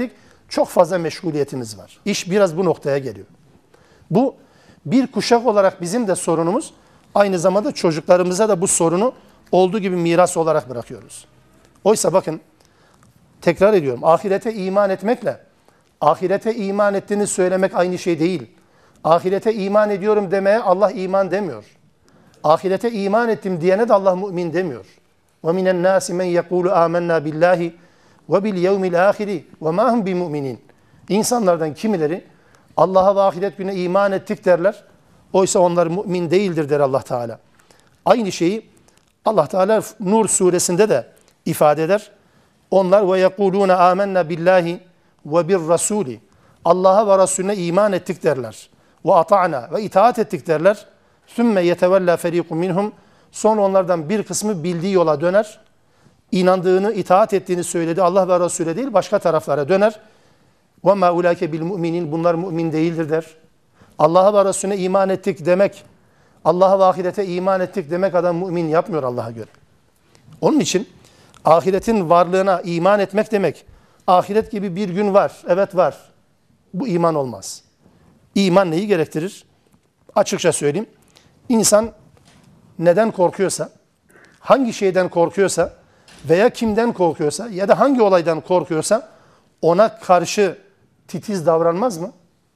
Speaker 1: Çok fazla meşguliyetimiz var. İş biraz bu noktaya geliyor. Bu bir kuşak olarak bizim de sorunumuz. Aynı zamanda çocuklarımıza da bu sorunu olduğu gibi miras olarak bırakıyoruz. Oysa bakın, tekrar ediyorum, ahirete iman etmekle ahirete iman ettiğini söylemek aynı şey değil. Ahirete iman ediyorum demeye Allah iman demiyor. Ahirete iman ettim diyene de Allah mümin demiyor. وَمِنَ النَّاسِ مَنْ يَقُولُ آمَنَّا بِاللّٰهِ وَبِالْيَوْمِ الْآخِرِ وَمَا هُمْ بِمُؤْمِنِينَ. İnsanlardan kimileri Allah'a ve ahiret gününe iman ettik derler. Oysa onlar mümin değildir der Allah Teala. Aynı şeyi Allah Teala Nur suresinde de ifade eder. Onlar ve yekulûne âmennâ billâhi ve bir rasûli. Allah'a ve Resulüne iman ettik derler. Ve ata'na ve itaat ettik derler. Sümme yetevellâ ferîkun minhum. Sonra onlardan bir kısmı bildiği yola döner. İnandığını, itaat ettiğini söyledi. Allah ve Resulüne değil başka taraflara döner. Ve mâ ulâke bil mu'minin. Bunlar mümin değildir der. Allah'a ve Resulüne iman ettik demek, Allah'a ve ahirete iman ettik demek adam mümin yapmıyor Allah'a göre. Onun için ahiretin varlığına iman etmek demek, ahiret gibi bir gün var, evet var. Bu iman olmaz. İman neyi gerektirir? Açıkça söyleyeyim. İnsan neden korkuyorsa, hangi şeyden korkuyorsa veya kimden korkuyorsa ya da hangi olaydan korkuyorsa ona karşı titiz davranmaz mı?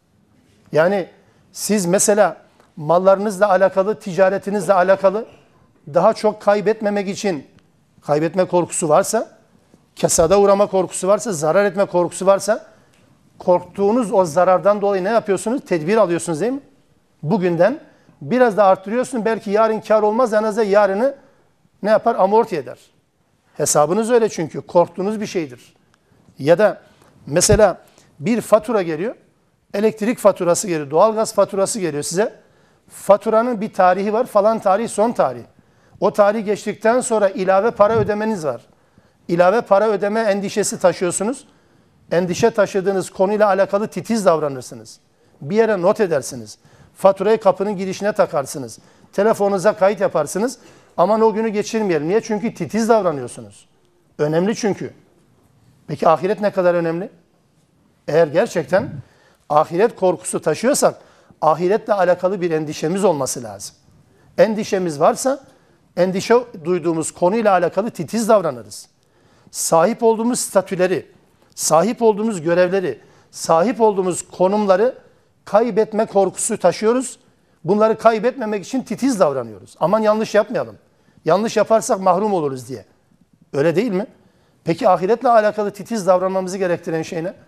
Speaker 1: Yani siz mesela mallarınızla alakalı, ticaretinizle alakalı daha çok kaybetmemek için kaybetme korkusu varsa, kesada uğrama korkusu varsa, zarar etme korkusu varsa korktuğunuz o zarardan dolayı ne yapıyorsunuz? Tedbir alıyorsunuz değil mi? Bugünden biraz da arttırıyorsun. Belki yarın kar olmaz. En azından yarını ne yapar? Amorti eder. Hesabınız öyle çünkü. Korktuğunuz bir şeydir. Ya da mesela bir fatura geliyor. Elektrik faturası geliyor. Doğalgaz faturası geliyor size. Faturanın bir tarihi var. Falan tarih, son tarih. O tarih geçtikten sonra ilave para ödemeniz var. İlave para ödeme endişesi taşıyorsunuz. Endişe taşıdığınız konuyla alakalı titiz davranırsınız. Bir yere not edersiniz. Faturayı kapının girişine takarsınız. Telefonunuza kayıt yaparsınız. Aman o günü geçirmeyelim. Niye? Çünkü titiz davranıyorsunuz. Önemli çünkü. Peki ahiret ne kadar önemli? Eğer gerçekten ahiret korkusu taşıyorsak ahiretle alakalı bir endişemiz olması lazım. Endişemiz varsa endişe duyduğumuz konuyla alakalı titiz davranırız. Sahip olduğumuz statüleri, sahip olduğumuz görevleri, sahip olduğumuz konumları kaybetme korkusu taşıyoruz. Bunları kaybetmemek için titiz davranıyoruz. Aman yanlış yapmayalım. Yanlış yaparsak mahrum oluruz diye. Öyle değil mi? Peki ahiretle alakalı titiz davranmamızı gerektiren şey ne?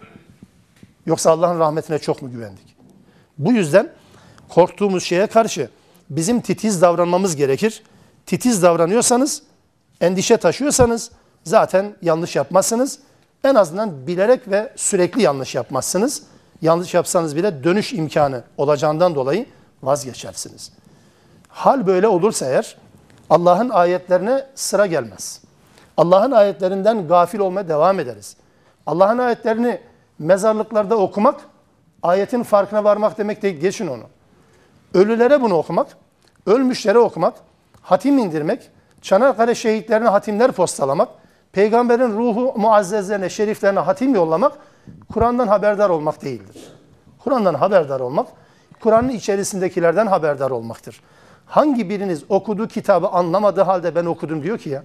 Speaker 1: Yoksa Allah'ın rahmetine çok mu güvendik? Bu yüzden korktuğumuz şeye karşı bizim titiz davranmamız gerekir. Titiz davranıyorsanız, endişe taşıyorsanız zaten yanlış yapmazsınız. En azından bilerek ve sürekli yanlış yapmazsınız. Yanlış yapsanız bile dönüş imkanı olacağından dolayı vazgeçersiniz. Hal böyle olursa eğer Allah'ın ayetlerine sıra gelmez. Allah'ın ayetlerinden gafil olmaya devam ederiz. Allah'ın ayetlerini mezarlıklarda okumak, ayetin farkına varmak demek değil, geçin onu. Ölülere bunu okumak, ölmüşlere okumak, hatim indirmek, Çanakkale şehitlerine hatimler postalamak, peygamberin ruhu muazzezlerine, şeriflerine hatim yollamak, Kur'an'dan haberdar olmak değildir. Kur'an'dan haberdar olmak, Kur'an'ın içerisindekilerden haberdar olmaktır. Hangi biriniz okuduğu kitabı anlamadığı halde ben okudum diyor ki ya?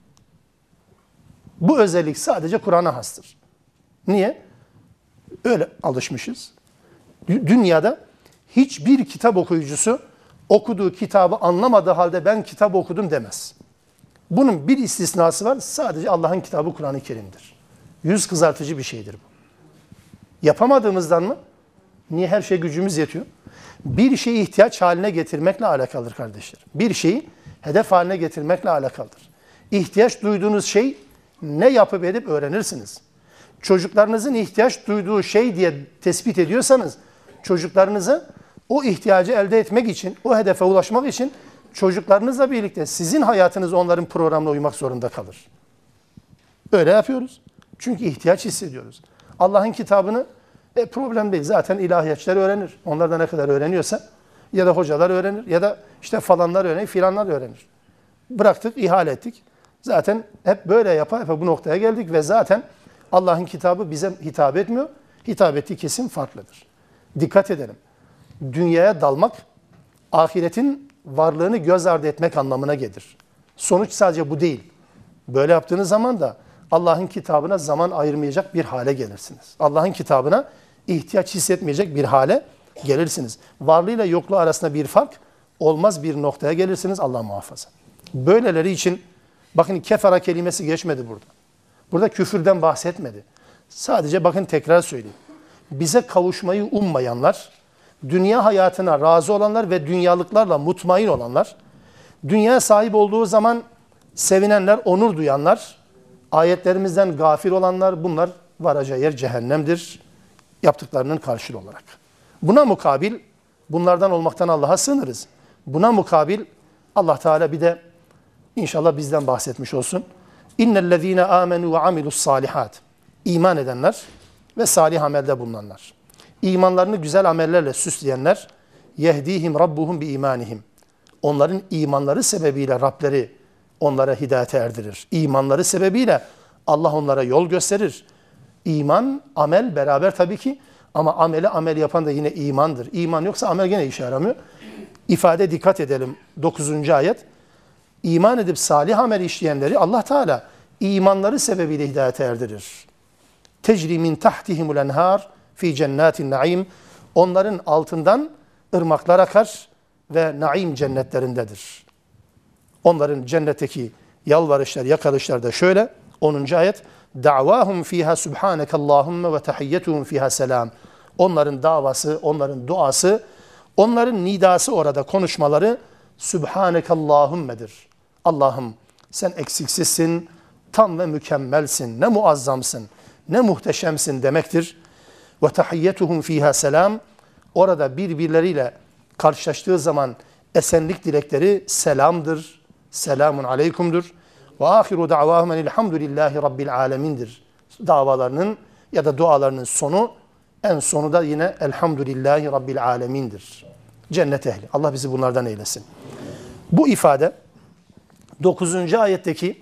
Speaker 1: Bu özellik sadece Kur'an'a hastır. Niye? Öyle alışmışız. Dünyada hiçbir kitap okuyucusu okuduğu kitabı anlamadığı halde ben kitap okudum demez. Bunun bir istisnası var. Sadece Allah'ın kitabı Kur'an-ı Kerim'dir. Yüz kızartıcı bir şeydir bu. Yapamadığımızdan mı? Niye? Her şey gücümüz yetiyor. Bir şeyi ihtiyaç haline getirmekle alakalıdır kardeşler. Bir şeyi hedef haline getirmekle alakalıdır. İhtiyaç duyduğunuz şey ne yapıp edip öğrenirsiniz. Çocuklarınızın ihtiyaç duyduğu şey diye tespit ediyorsanız çocuklarınızı o ihtiyacı elde etmek için, o hedefe ulaşmak için çocuklarınızla birlikte sizin hayatınız onların programına uymak zorunda kalır. Öyle yapıyoruz. Çünkü ihtiyaç hissediyoruz. Allah'ın kitabını e, problem değil. Zaten ilahiyatçılar öğrenir. Onlar da ne kadar öğreniyorsa ya da hocalar öğrenir ya da işte falanlar öğrenir, filanlar öğrenir. Bıraktık, ihale ettik. Zaten hep böyle yapa yapa bu noktaya geldik ve zaten Allah'ın kitabı bize hitap etmiyor. Hitap ettiği kesin farklıdır. Dikkat edelim. Dünyaya dalmak, ahiretin varlığını göz ardı etmek anlamına gelir. Sonuç sadece bu değil. Böyle yaptığınız zaman da Allah'ın kitabına zaman ayırmayacak bir hale gelirsiniz. Allah'ın kitabına ihtiyaç hissetmeyecek bir hale gelirsiniz. Varlığıyla yokluğu arasında bir fark olmaz bir noktaya gelirsiniz, Allah muhafaza. Böyleleri için bakın kefara kelimesi geçmedi burada. Burada küfürden bahsetmedi. Sadece bakın tekrar söyleyeyim. Bize kavuşmayı ummayanlar, dünya hayatına razı olanlar ve dünyalıklarla mutmain olanlar, dünya sahip olduğu zaman sevinenler, onur duyanlar, ayetlerimizden gafil olanlar, bunlar varacağı yer cehennemdir yaptıklarının karşılığı olarak. Buna mukabil, bunlardan olmaktan Allah'a sığınırız. Buna mukabil Allah Teala bir de inşallah bizden bahsetmiş olsun. İnnellezîne âmenû ve amilussâlihât. İman edenler ve salih amelde bulunanlar. İmanlarını güzel amellerle süsleyenler, yehdihim rabbuhum bi imanihim. Onların imanları sebebiyle Rableri onlara hidayete erdirir. İmanları sebebiyle Allah onlara yol gösterir. İman, amel beraber tabii ki, ama ameli amel yapan da yine imandır. İman yoksa amel gene işe yaramıyor. İfade dikkat edelim. dokuzuncu ayet. İman edip salih amel işleyenleri Allah Teala imanları sebebiyle hidayete erdirir. Tecri min tahtihimul enhar fi cennetin naim. Onların altından ırmaklar akar ve naim cennetlerindedir. Onların cennetteki yalvarışlar, yakarışlar da şöyle. onuncu ayet. Da'vahum fiha subhanekallahumma ve tahiyyetuhum fiha selam. Onların davası, onların duası, onların nidası, orada konuşmaları Subhanekallahumme'dir. Allah'ım sen eksiksizsin, tam ve mükemmelsin, ne muazzamsın, ne muhteşemsin demektir. Ve tahiyyetuhum fiha selam. Orada birbirleriyle karşılaştığı zaman esenlik dilekleri selamdır. Selamun aleykumdur. Ve ahiru da'vahum elhamdülillahi rabbil alemindir. Davalarının ya da dualarının sonu, en sonu da yine elhamdülillahi rabbil alemindir. Cennet ehli. Allah bizi bunlardan eylesin. Bu ifade dokuzuncu ayetteki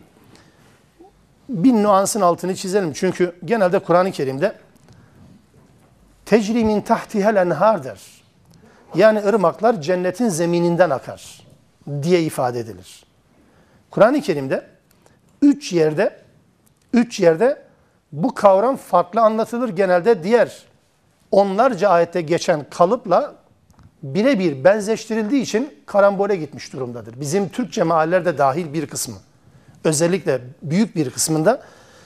Speaker 1: bir nüansın altını çizelim. Çünkü genelde Kur'an-ı Kerim'de tecri min tahtihel enhar der. Yani ırmaklar cennetin zemininden akar diye ifade edilir. Kur'an-ı Kerim'de üç yerde üç yerde bu kavram farklı anlatılır. Genelde diğer onlarca ayette geçen kalıpla birebir benzeştirildiği için karambole gitmiş durumdadır. Bizim Türkçe meallerde dahil bir kısmı, özellikle büyük bir kısmında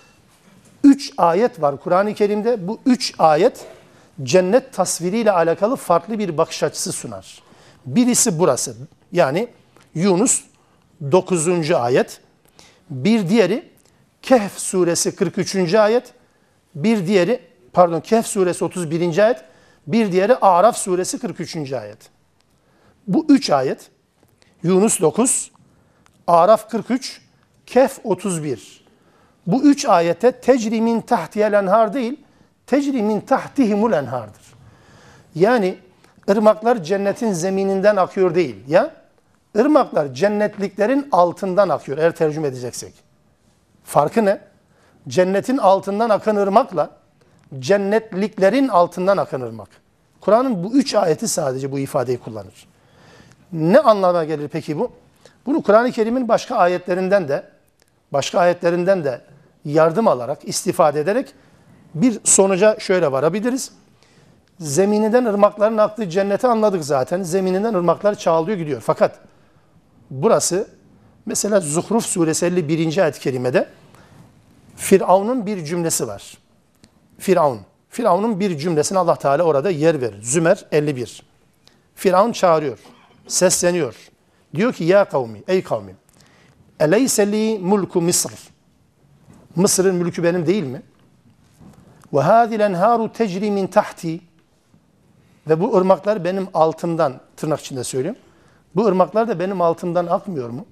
Speaker 1: üç ayet var Kur'an-ı Kerim'de. Bu üç ayet cennet tasviriyle alakalı farklı bir bakış açısı sunar. Birisi burası, yani Yunus dokuzuncu ayet. Bir diğeri Kehf suresi kırk üçüncü ayet. Bir diğeri, pardon Kehf suresi otuz birinci ayet. Bir diğeri Araf suresi kırk üçüncü ayet. Bu üç ayet, Yunus dokuz, Araf kırk üç, Kehf otuz bir. Bu üç ayette tecri min tahtiyel enhar değil, tecri min tahtihimul enhardır. Yani ırmaklar cennetin zemininden akıyor değil ya. Irmaklar cennetliklerin altından akıyor, eğer tercüme edeceksek. Farkı ne? Cennetin altından akan ırmakla cennetliklerin altından akan ırmak. Kur'an'ın bu üç ayeti sadece bu ifadeyi kullanır. Ne anlamına gelir peki bu? Bunu Kur'an-ı Kerim'in başka ayetlerinden de başka ayetlerinden de yardım alarak, istifade ederek bir sonuca şöyle varabiliriz. Zemininden ırmakların aktığı cenneti anladık zaten. Zemininden ırmaklar çağlıyor gidiyor. Fakat burası mesela Zuhruf suresi elli birinci ayet-i kerimede Firavun'un bir cümlesi var. Firavun. Firavun'un bir cümlesine Allah Teala orada yer verir. Zümer elli bir. Firavun çağırıyor. Sesleniyor. Diyor ki ya kavmi, ey kavmim. Eleyse li mulku Mısır. Mısır'ın mülkü benim değil mi? Ve hâzil enhâru tecri min tahti. Ve bu ırmaklar benim altımdan, tırnak içinde söylüyorum. Bu ırmaklar da benim altımdan akmıyor mu?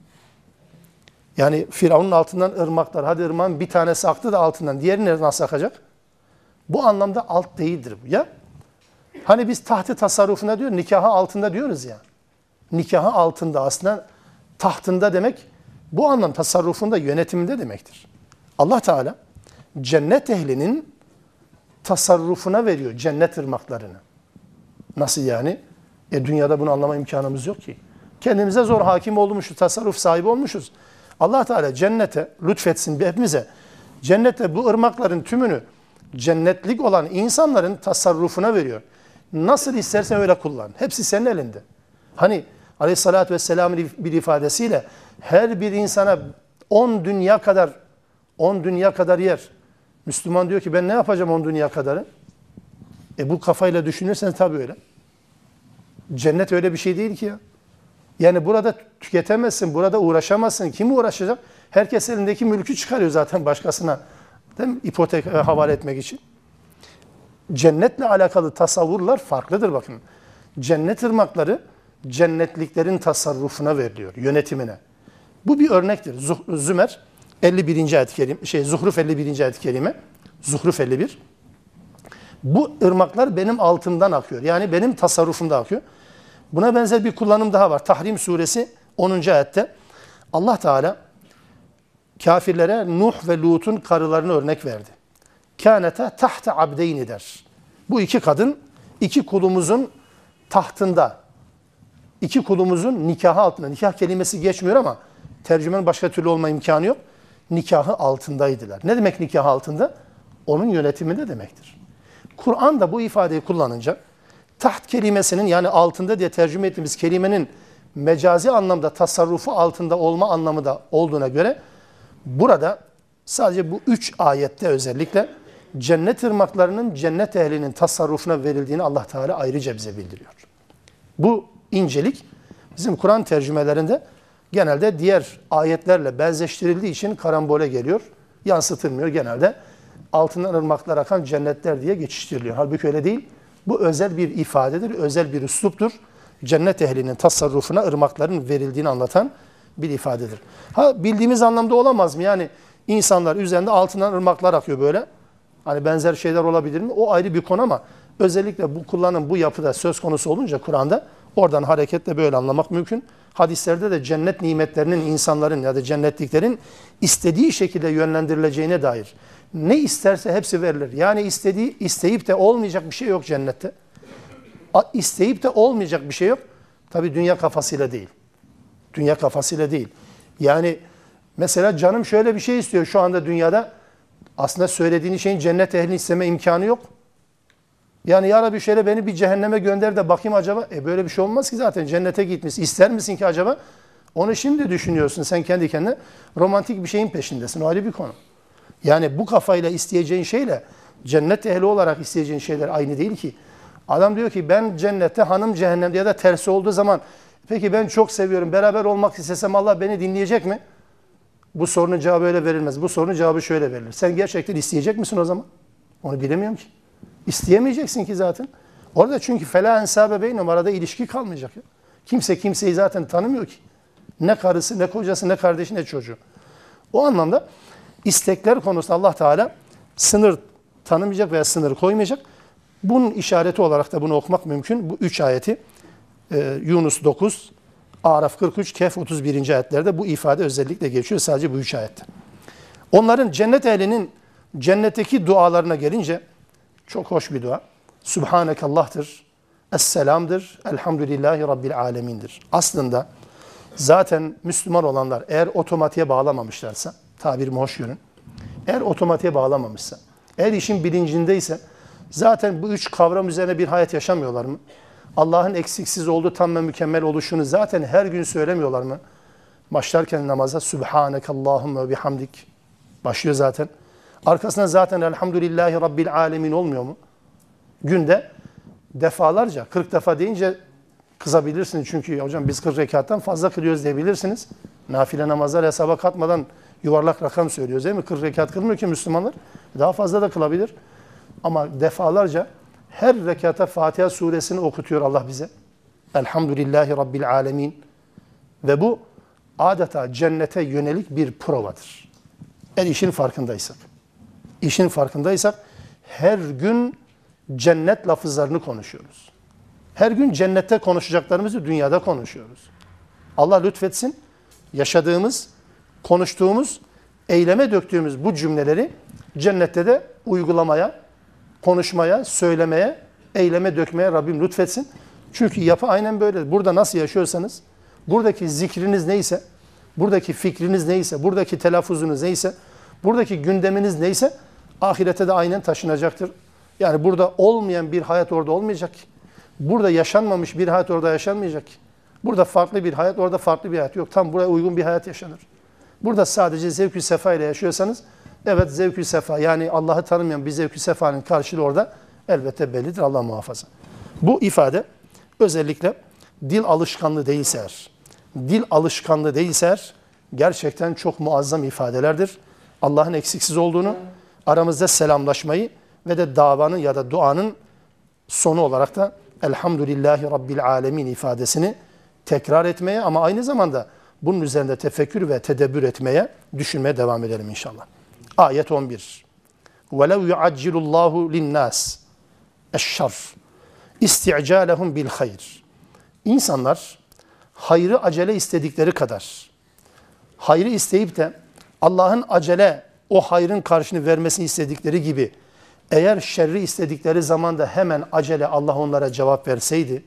Speaker 1: Yani Firavun'un altından ırmaklar. Hadi ırmağın bir tanesi aktı da altından. Diğeri nereden nasıl akacak? Bu anlamda alt değildir bu ya. Hani biz tahtı tasarrufuna diyor, nikahı altında diyoruz ya. Nikahı altında aslında tahtında demek bu anlam tasarrufunda, yönetiminde demektir. Allah Teala cennet ehlinin tasarrufuna veriyor cennet ırmaklarını. Nasıl yani? E dünyada bunu anlama imkanımız yok ki. Kendimize zor hakim olmuşuz, tasarruf sahibi olmuşuz. Allah Teala cennete lütfetsin hepimize. Cennete bu ırmakların tümünü cennetlik olan insanların tasarrufuna veriyor. Nasıl istersen öyle kullan. Hepsi senin elinde. Hani Aleyhissalatü Vesselam'ın bir ifadesiyle her bir insana on dünya kadar on dünya kadar yer. Müslüman diyor ki ben ne yapacağım on dünya kadarı? E bu kafayla düşünürsen tabii öyle. Cennet öyle bir şey değil ki ya. Yani burada tüketemezsin, burada uğraşamazsın. Kim uğraşacak? Herkes elindeki mülkü çıkarıyor zaten başkasına. Değil mi? İpotek havale etmek için. Cennetle alakalı tasavvurlar farklıdır bakın. Cennet ırmakları cennetliklerin tasarrufuna veriliyor, yönetimine. Bu bir örnektir. Zümer elli birinci ayet-i kerime, şey Zuhruf elli birinci ayet-i kerime. Zuhruf elli bir. Bu ırmaklar benim altımdan akıyor. Yani benim tasarrufumda akıyor. Buna benzer bir kullanım daha var. Tahrim suresi onuncu ayette Allah Teala kafirlere Nuh ve Lut'un karılarını örnek verdi. Kânete tahte abdeyni der. Bu iki kadın iki kulumuzun tahtında, iki kulumuzun nikahı altında. Nikah kelimesi geçmiyor ama tercümenin başka türlü olma imkanı yok. Nikahı altındaydılar. Ne demek nikah altında? Onun yönetiminde demektir. Kur'an da bu ifadeyi kullanınca taht kelimesinin yani altında diye tercüme ettiğimiz kelimenin mecazi anlamda tasarrufu altında olma anlamı da olduğuna göre burada sadece bu üç ayette özellikle cennet ırmaklarının cennet ehlinin tasarrufuna verildiğini Allah Teala ayrıca bize bildiriyor. Bu incelik bizim Kur'an tercümelerinde genelde diğer ayetlerle benzeştirildiği için karambole geliyor, yansıtılmıyor. Genelde altından ırmaklar akan cennetler diye geçiştiriliyor. Halbuki öyle değil. Bu özel bir ifadedir, özel bir üsluptur. Cennet ehlinin tasarrufuna ırmakların verildiğini anlatan bir ifadedir. Ha bildiğimiz anlamda olamaz mı? Yani insanlar üzerinde altından ırmaklar akıyor böyle. Hani benzer şeyler olabilir mi? O ayrı bir konu ama özellikle bu kullanım bu yapıda söz konusu olunca Kur'an'da oradan hareketle böyle anlamak mümkün. Hadislerde de cennet nimetlerinin insanların ya da cennetliklerin istediği şekilde yönlendirileceğine dair ne isterse hepsi verilir. Yani istediği isteyip de olmayacak bir şey yok cennette. İsteyip de olmayacak bir şey yok. Tabii dünya kafasıyla değil. Dünya kafasıyla değil. Yani mesela canım şöyle bir şey istiyor şu anda dünyada. Aslında söylediğin şeyin cennet ehlini isteme imkanı yok. Yani ya Rabbi şöyle beni bir cehenneme gönder de bakayım acaba. E böyle bir şey olmaz ki zaten cennete gitmiş. İster misin ki acaba? Onu şimdi düşünüyorsun sen kendi kendine. Romantik bir şeyin peşindesin. O ayrı bir konu. Yani bu kafayla isteyeceğin şeyle cennet ehli olarak isteyeceğin şeyler aynı değil ki. Adam diyor ki ben cennette hanım cehennemde ya da tersi olduğu zaman peki ben çok seviyorum beraber olmak istesem Allah beni dinleyecek mi? Bu sorunun cevabı öyle verilmez. Bu sorunun cevabı şöyle verilir. Sen gerçekten isteyecek misin o zaman? Onu bilemiyorum ki. İsteyemeyeceksin ki zaten. Orada çünkü fela ensabe beynum arada ilişki kalmayacak. Ya. Kimse kimseyi zaten tanımıyor ki. Ne karısı, ne kocası, ne kardeşi, ne çocuğu. O anlamda istekler konusunda Allah Teala sınır tanımayacak veya sınır koymayacak. Bunun işareti olarak da bunu okumak mümkün. Bu üç ayeti e, Yunus dokuz, Araf kırk üç, Kehf otuz birinci ayetlerde bu ifade özellikle geçiyor. Sadece bu üç ayette. Onların cennet ehlinin cennetteki dualarına gelince çok hoş bir dua. Subhanekallah'tır, Esselam'dır, Elhamdülillahi Rabbil Alemin'dir. Aslında zaten Müslüman olanlar eğer otomatiğe bağlamamışlarsa, tabirimi hoş görün, eğer otomatiğe bağlamamışsa, eğer işin bilincindeyse zaten bu üç kavram üzerine bir hayat yaşamıyorlar mı? Allah'ın eksiksiz olduğu tam ve mükemmel oluşunu zaten her gün söylemiyorlar mı? Başlarken namaza Subhanekallahümme ve bihamdik başlıyor zaten. Arkasına zaten Elhamdülillahi Rabbil Alemin olmuyor mu? Günde defalarca, kırk defa deyince kızabilirsiniz. Çünkü hocam biz kırk rekattan fazla kılıyoruz diyebilirsiniz. Nafile namazlar hesaba katmadan yuvarlak rakam söylüyoruz değil mi? kırk rekat kılmıyor ki Müslümanlar. Daha fazla da kılabilir. Ama defalarca her rekata Fatiha suresini okutuyor Allah bize. Elhamdülillahi Rabbil Alemin. Ve bu adeta cennete yönelik bir provadır. Eğer işin farkındaysak. İşin farkındaysak her gün cennet lafızlarını konuşuyoruz. Her gün cennette konuşacaklarımızı dünyada konuşuyoruz. Allah lütfetsin. Yaşadığımız, konuştuğumuz eyleme döktüğümüz bu cümleleri cennette de uygulamaya, konuşmaya, söylemeye, eyleme dökmeye Rabbim lütfetsin. Çünkü yapı aynen böyle. Burada nasıl yaşıyorsanız, buradaki zikriniz neyse, buradaki fikriniz neyse, buradaki telaffuzunuz neyse, buradaki gündeminiz neyse, ahirete de aynen taşınacaktır. Yani burada olmayan bir hayat orada olmayacak. Burada yaşanmamış bir hayat orada yaşanmayacak. Burada farklı bir hayat, orada farklı bir hayat yok. Tam buraya uygun bir hayat yaşanır. Burada sadece zevk-ü sefa ile yaşıyorsanız, evet zevk-ü sefa, yani Allah'ı tanımayan bir zevk-ü sefanın karşılığı orada elbette bellidir. Allah muhafaza. Bu ifade özellikle dil alışkanlığı değilse eğer, dil alışkanlığı değilse eğer, gerçekten çok muazzam ifadelerdir. Allah'ın eksiksiz olduğunu, aramızda selamlaşmayı ve de davanın ya da duanın sonu olarak da Elhamdülillahi Rabbil Alemin ifadesini tekrar etmeye, ama aynı zamanda bunun üzerinde tefekkür ve tedebbür etmeye, düşünmeye devam edelim inşallah. Ayet on bir. وَلَوْ يُعَجِّلُ اللّٰهُ لِلنَّاسِ اَشَّرْ اِسْتِعْجَالَهُمْ بِالْخَيْرِ. İnsanlar hayrı acele istedikleri kadar, hayrı isteyip de Allah'ın acele o hayrın karşını vermesini istedikleri gibi, eğer şerri istedikleri zaman da hemen acele Allah onlara cevap verseydi,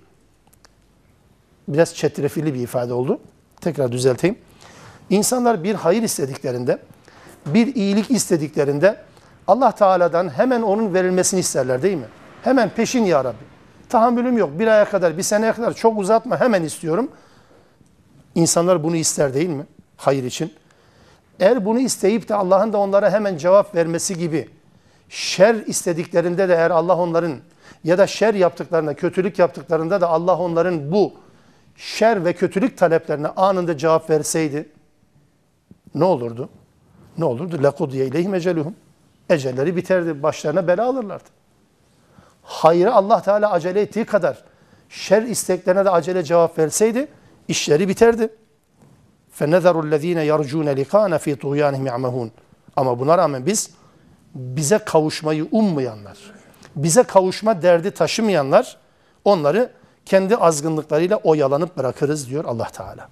Speaker 1: biraz çetrefilli bir ifade oldu. Tekrar düzelteyim. İnsanlar bir hayır istediklerinde, bir iyilik istediklerinde Allah Teala'dan hemen onun verilmesini isterler değil mi? Hemen peşin ya Rabbi. Tahammülüm yok. Bir aya kadar, bir seneye kadar çok uzatma, hemen istiyorum. İnsanlar bunu ister değil mi? Hayır için. Eğer bunu isteyip de Allah'ın da onlara hemen cevap vermesi gibi, şer istediklerinde de eğer Allah onların, ya da şer yaptıklarında, kötülük yaptıklarında da Allah onların bu şer ve kötülük taleplerine anında cevap verseydi ne olurdu? Ne olurdu? لَقُضْيَ اِلَيْهِمْ اَجَلُهُمْ. Ecelleri biterdi. Başlarına bela alırlardı. Hayrı Allah Teala acele ettiği kadar şer isteklerine de acele cevap verseydi işleri biterdi. فَنَذَرُ الَّذ۪ينَ يَرْجُونَ لِقَانَ ف۪ي طُغْيَانِهِمْ يَعْمَهُونَ. Ama buna rağmen biz, bize kavuşmayı ummayanlar, bize kavuşma derdi taşımayanlar, onları kendi azgınlıklarıyla oyalanıp bırakırız diyor Allah Teala.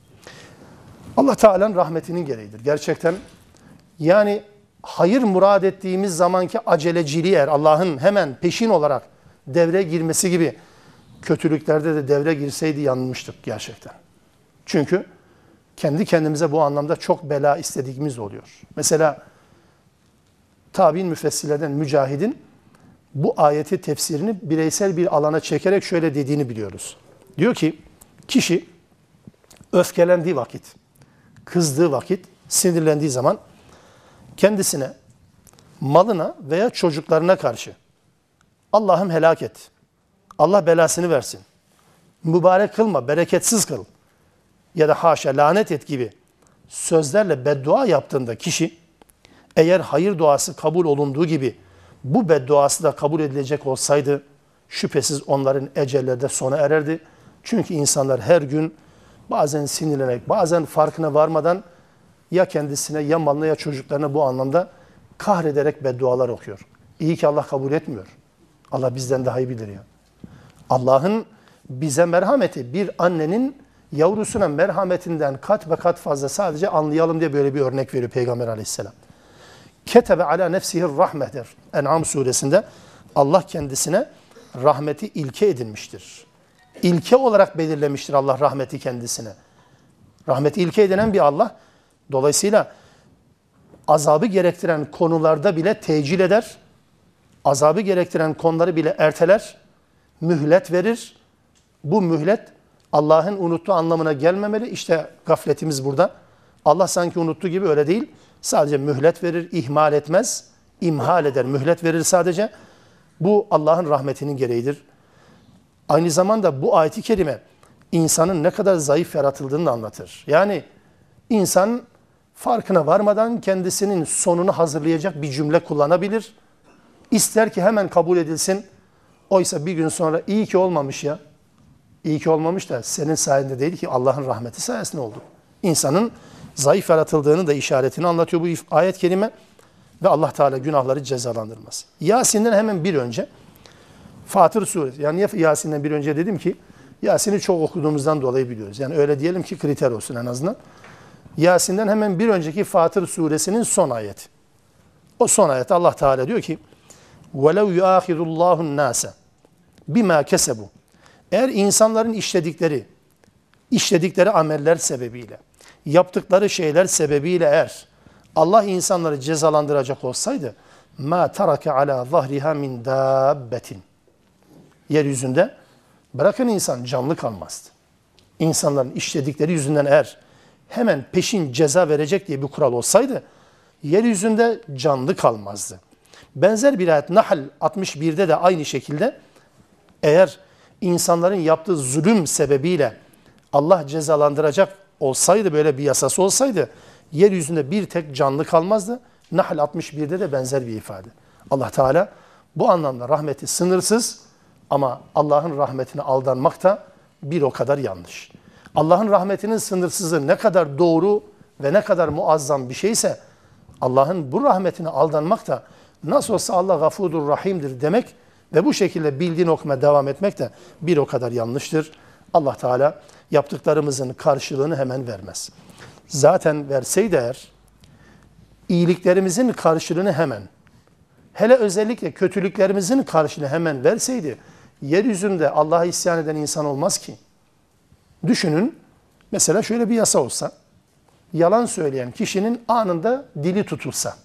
Speaker 1: Allah Teala'nın rahmetinin gereğidir. Gerçekten yani hayır murad ettiğimiz zamanki aceleciliği, eğer Allah'ın hemen peşin olarak devreye girmesi gibi kötülüklerde de devreye girseydi yanılmıştık gerçekten. Çünkü kendi kendimize bu anlamda çok bela istediğimiz oluyor. Mesela tabi'in müfessirlerden Mücahid'in bu ayeti tefsirini bireysel bir alana çekerek şöyle dediğini biliyoruz. Diyor ki, kişi öfkelendiği vakit, kızdığı vakit, sinirlendiği zaman kendisine, malına veya çocuklarına karşı Allah'ım helak et, Allah belasını versin, mübarek kılma, bereketsiz kıl ya da haşa lanet et gibi sözlerle beddua yaptığında kişi, eğer hayır duası kabul olunduğu gibi bu bedduası da kabul edilecek olsaydı şüphesiz onların ecelleri de sona ererdi. Çünkü insanlar her gün bazen sinirlenerek, bazen farkına varmadan ya kendisine, ya malına, ya çocuklarına bu anlamda kahrederek beddualar okuyor. İyi ki Allah kabul etmiyor. Allah bizden daha iyi bilir ya. Allah'ın bize merhameti, bir annenin yavrusuna merhametinden kat ve kat fazla, sadece anlayalım diye böyle bir örnek veriyor Peygamber Aleyhisselam. Ketebe ala nefsihir rahmedir. En'am suresinde Allah kendisine rahmeti ilke edinmiştir. İlke olarak belirlemiştir Allah rahmeti kendisine. Rahmeti ilke edinen bir Allah. Dolayısıyla azabı gerektiren konularda bile tecil eder. Azabı gerektiren konuları bile erteler. Mühlet verir. Bu mühlet Allah'ın unuttuğu anlamına gelmemeli. İşte gafletimiz burada. Allah sanki unuttuğu gibi öyle değil. Sadece mühlet verir, ihmal etmez. İmhal eder, mühlet verir sadece. Bu Allah'ın rahmetinin gereğidir. Aynı zamanda bu ayet-i kerime insanın ne kadar zayıf yaratıldığını anlatır. Yani insan farkına varmadan kendisinin sonunu hazırlayacak bir cümle kullanabilir. İster ki hemen kabul edilsin. Oysa bir gün sonra iyi ki olmamış ya. İyi ki olmamış da senin sayende değil ki, Allah'ın rahmeti sayesinde oldu. İnsanın zayıf yaratıldığını da işaretini anlatıyor bu ayet-i kerime. Ve Allah Teala günahları cezalandırmaz. Yasin'den hemen bir önce Fatır suresi. Yani niye Yasin'den bir önce dedim ki, Yasin'i çok okuduğumuzdan dolayı biliyoruz. Yani öyle diyelim ki kriter olsun en azından. Yasin'den hemen bir önceki Fatır suresinin son ayeti. O son ayet Allah Teala diyor ki وَلَوْ يُآخِذُ اللّٰهُ النَّاسَ بِمَا كَسَبُوا Eğer insanların işledikleri, işledikleri ameller sebebiyle, yaptıkları şeyler sebebiyle eğer Allah insanları cezalandıracak olsaydı مَا تَرَكَ عَلَى ظَهْرِهَا مِنْ دَابَّةٍ Yeryüzünde bırakın insan canlı kalmazdı. İnsanların işledikleri yüzünden eğer hemen peşin ceza verecek diye bir kural olsaydı yeryüzünde canlı kalmazdı. Benzer bir ayet Nahl altmış birde de aynı şekilde eğer insanların yaptığı zulüm sebebiyle Allah cezalandıracak olsaydı, böyle bir yasası olsaydı yeryüzünde bir tek canlı kalmazdı. Nahl altmış birde de benzer bir ifade. Allah Teala bu anlamda rahmeti sınırsız ama Allah'ın rahmetine aldanmak da bir o kadar yanlış. Allah'ın rahmetinin sınırsızlığı ne kadar doğru ve ne kadar muazzam bir şeyse Allah'ın bu rahmetine aldanmak da nasıl olsa Allah Gafurdur Rahim'dir demek ve bu şekilde bildiğini okumaya devam etmek de bir o kadar yanlıştır. Allah Teala yaptıklarımızın karşılığını hemen vermez. Zaten verseydi eğer iyiliklerimizin karşılığını hemen, hele özellikle kötülüklerimizin karşılığını hemen verseydi yeryüzünde Allah'a isyan eden insan olmaz ki. Düşünün, mesela şöyle bir yasa olsa, yalan söyleyen kişinin anında dili tutulsa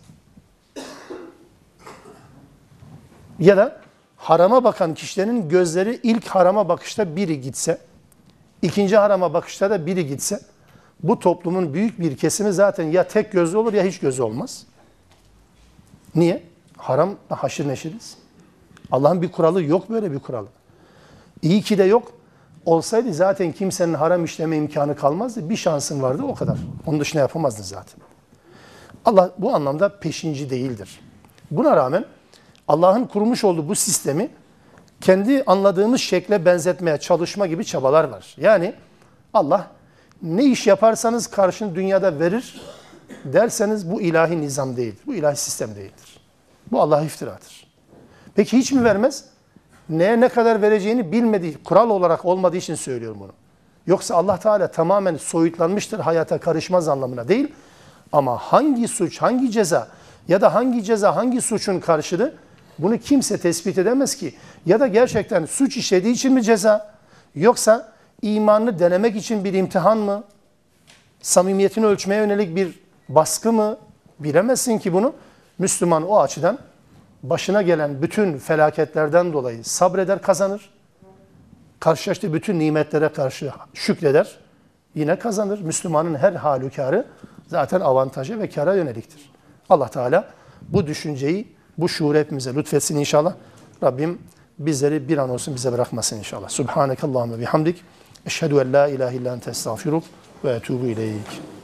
Speaker 1: ya da harama bakan kişilerin gözleri ilk harama bakışta biri gitse, ikinci harama bakışta da biri gitse, bu toplumun büyük bir kesimi zaten ya tek gözlü olur ya hiç gözü olmaz. Niye? Haram haşır neşiriz. Allah'ın bir kuralı yok, böyle bir kuralı. İyi ki de yok. Olsaydı zaten kimsenin haram işleme imkanı kalmazdı. Bir şansın vardı, o kadar. Onun dışında yapamazdın zaten. Allah bu anlamda peşinci değildir. Buna rağmen Allah'ın kurmuş olduğu bu sistemi kendi anladığımız şekle benzetmeye çalışma gibi çabalar var. Yani Allah ne iş yaparsanız karşını dünyada verir derseniz bu ilahi nizam değildir. Bu ilahi sistem değildir. Bu Allah'a iftiradır. Peki hiç mi vermez? Neye ne kadar vereceğini bilmediği, kural olarak olmadığı için söylüyorum bunu. Yoksa Allah Teala tamamen soyutlanmıştır, hayata karışmaz anlamına değil. Ama hangi suç, hangi ceza ya da hangi ceza, hangi suçun karşılığı bunu kimse tespit edemez ki. Ya da gerçekten suç işlediği için mi ceza? Yoksa imanını denemek için bir imtihan mı? Samimiyetini ölçmeye yönelik bir baskı mı? Bilemezsin ki bunu. Müslüman o açıdan başına gelen bütün felaketlerden dolayı sabreder, kazanır. Karşılaştığı bütün nimetlere karşı şükreder, yine kazanır. Müslümanın her halükarı zaten avantaja ve kâra yöneliktir. Allah Teala bu düşünceyi, bu şuuru hepimize lütfetsin inşallah. Rabbim bizleri bir an olsun bize bırakmasın inşallah. Subhanekallahümme bihamdik. Eşhedü en la ilahe illa ente estağfiruk ve etûbü ileyk.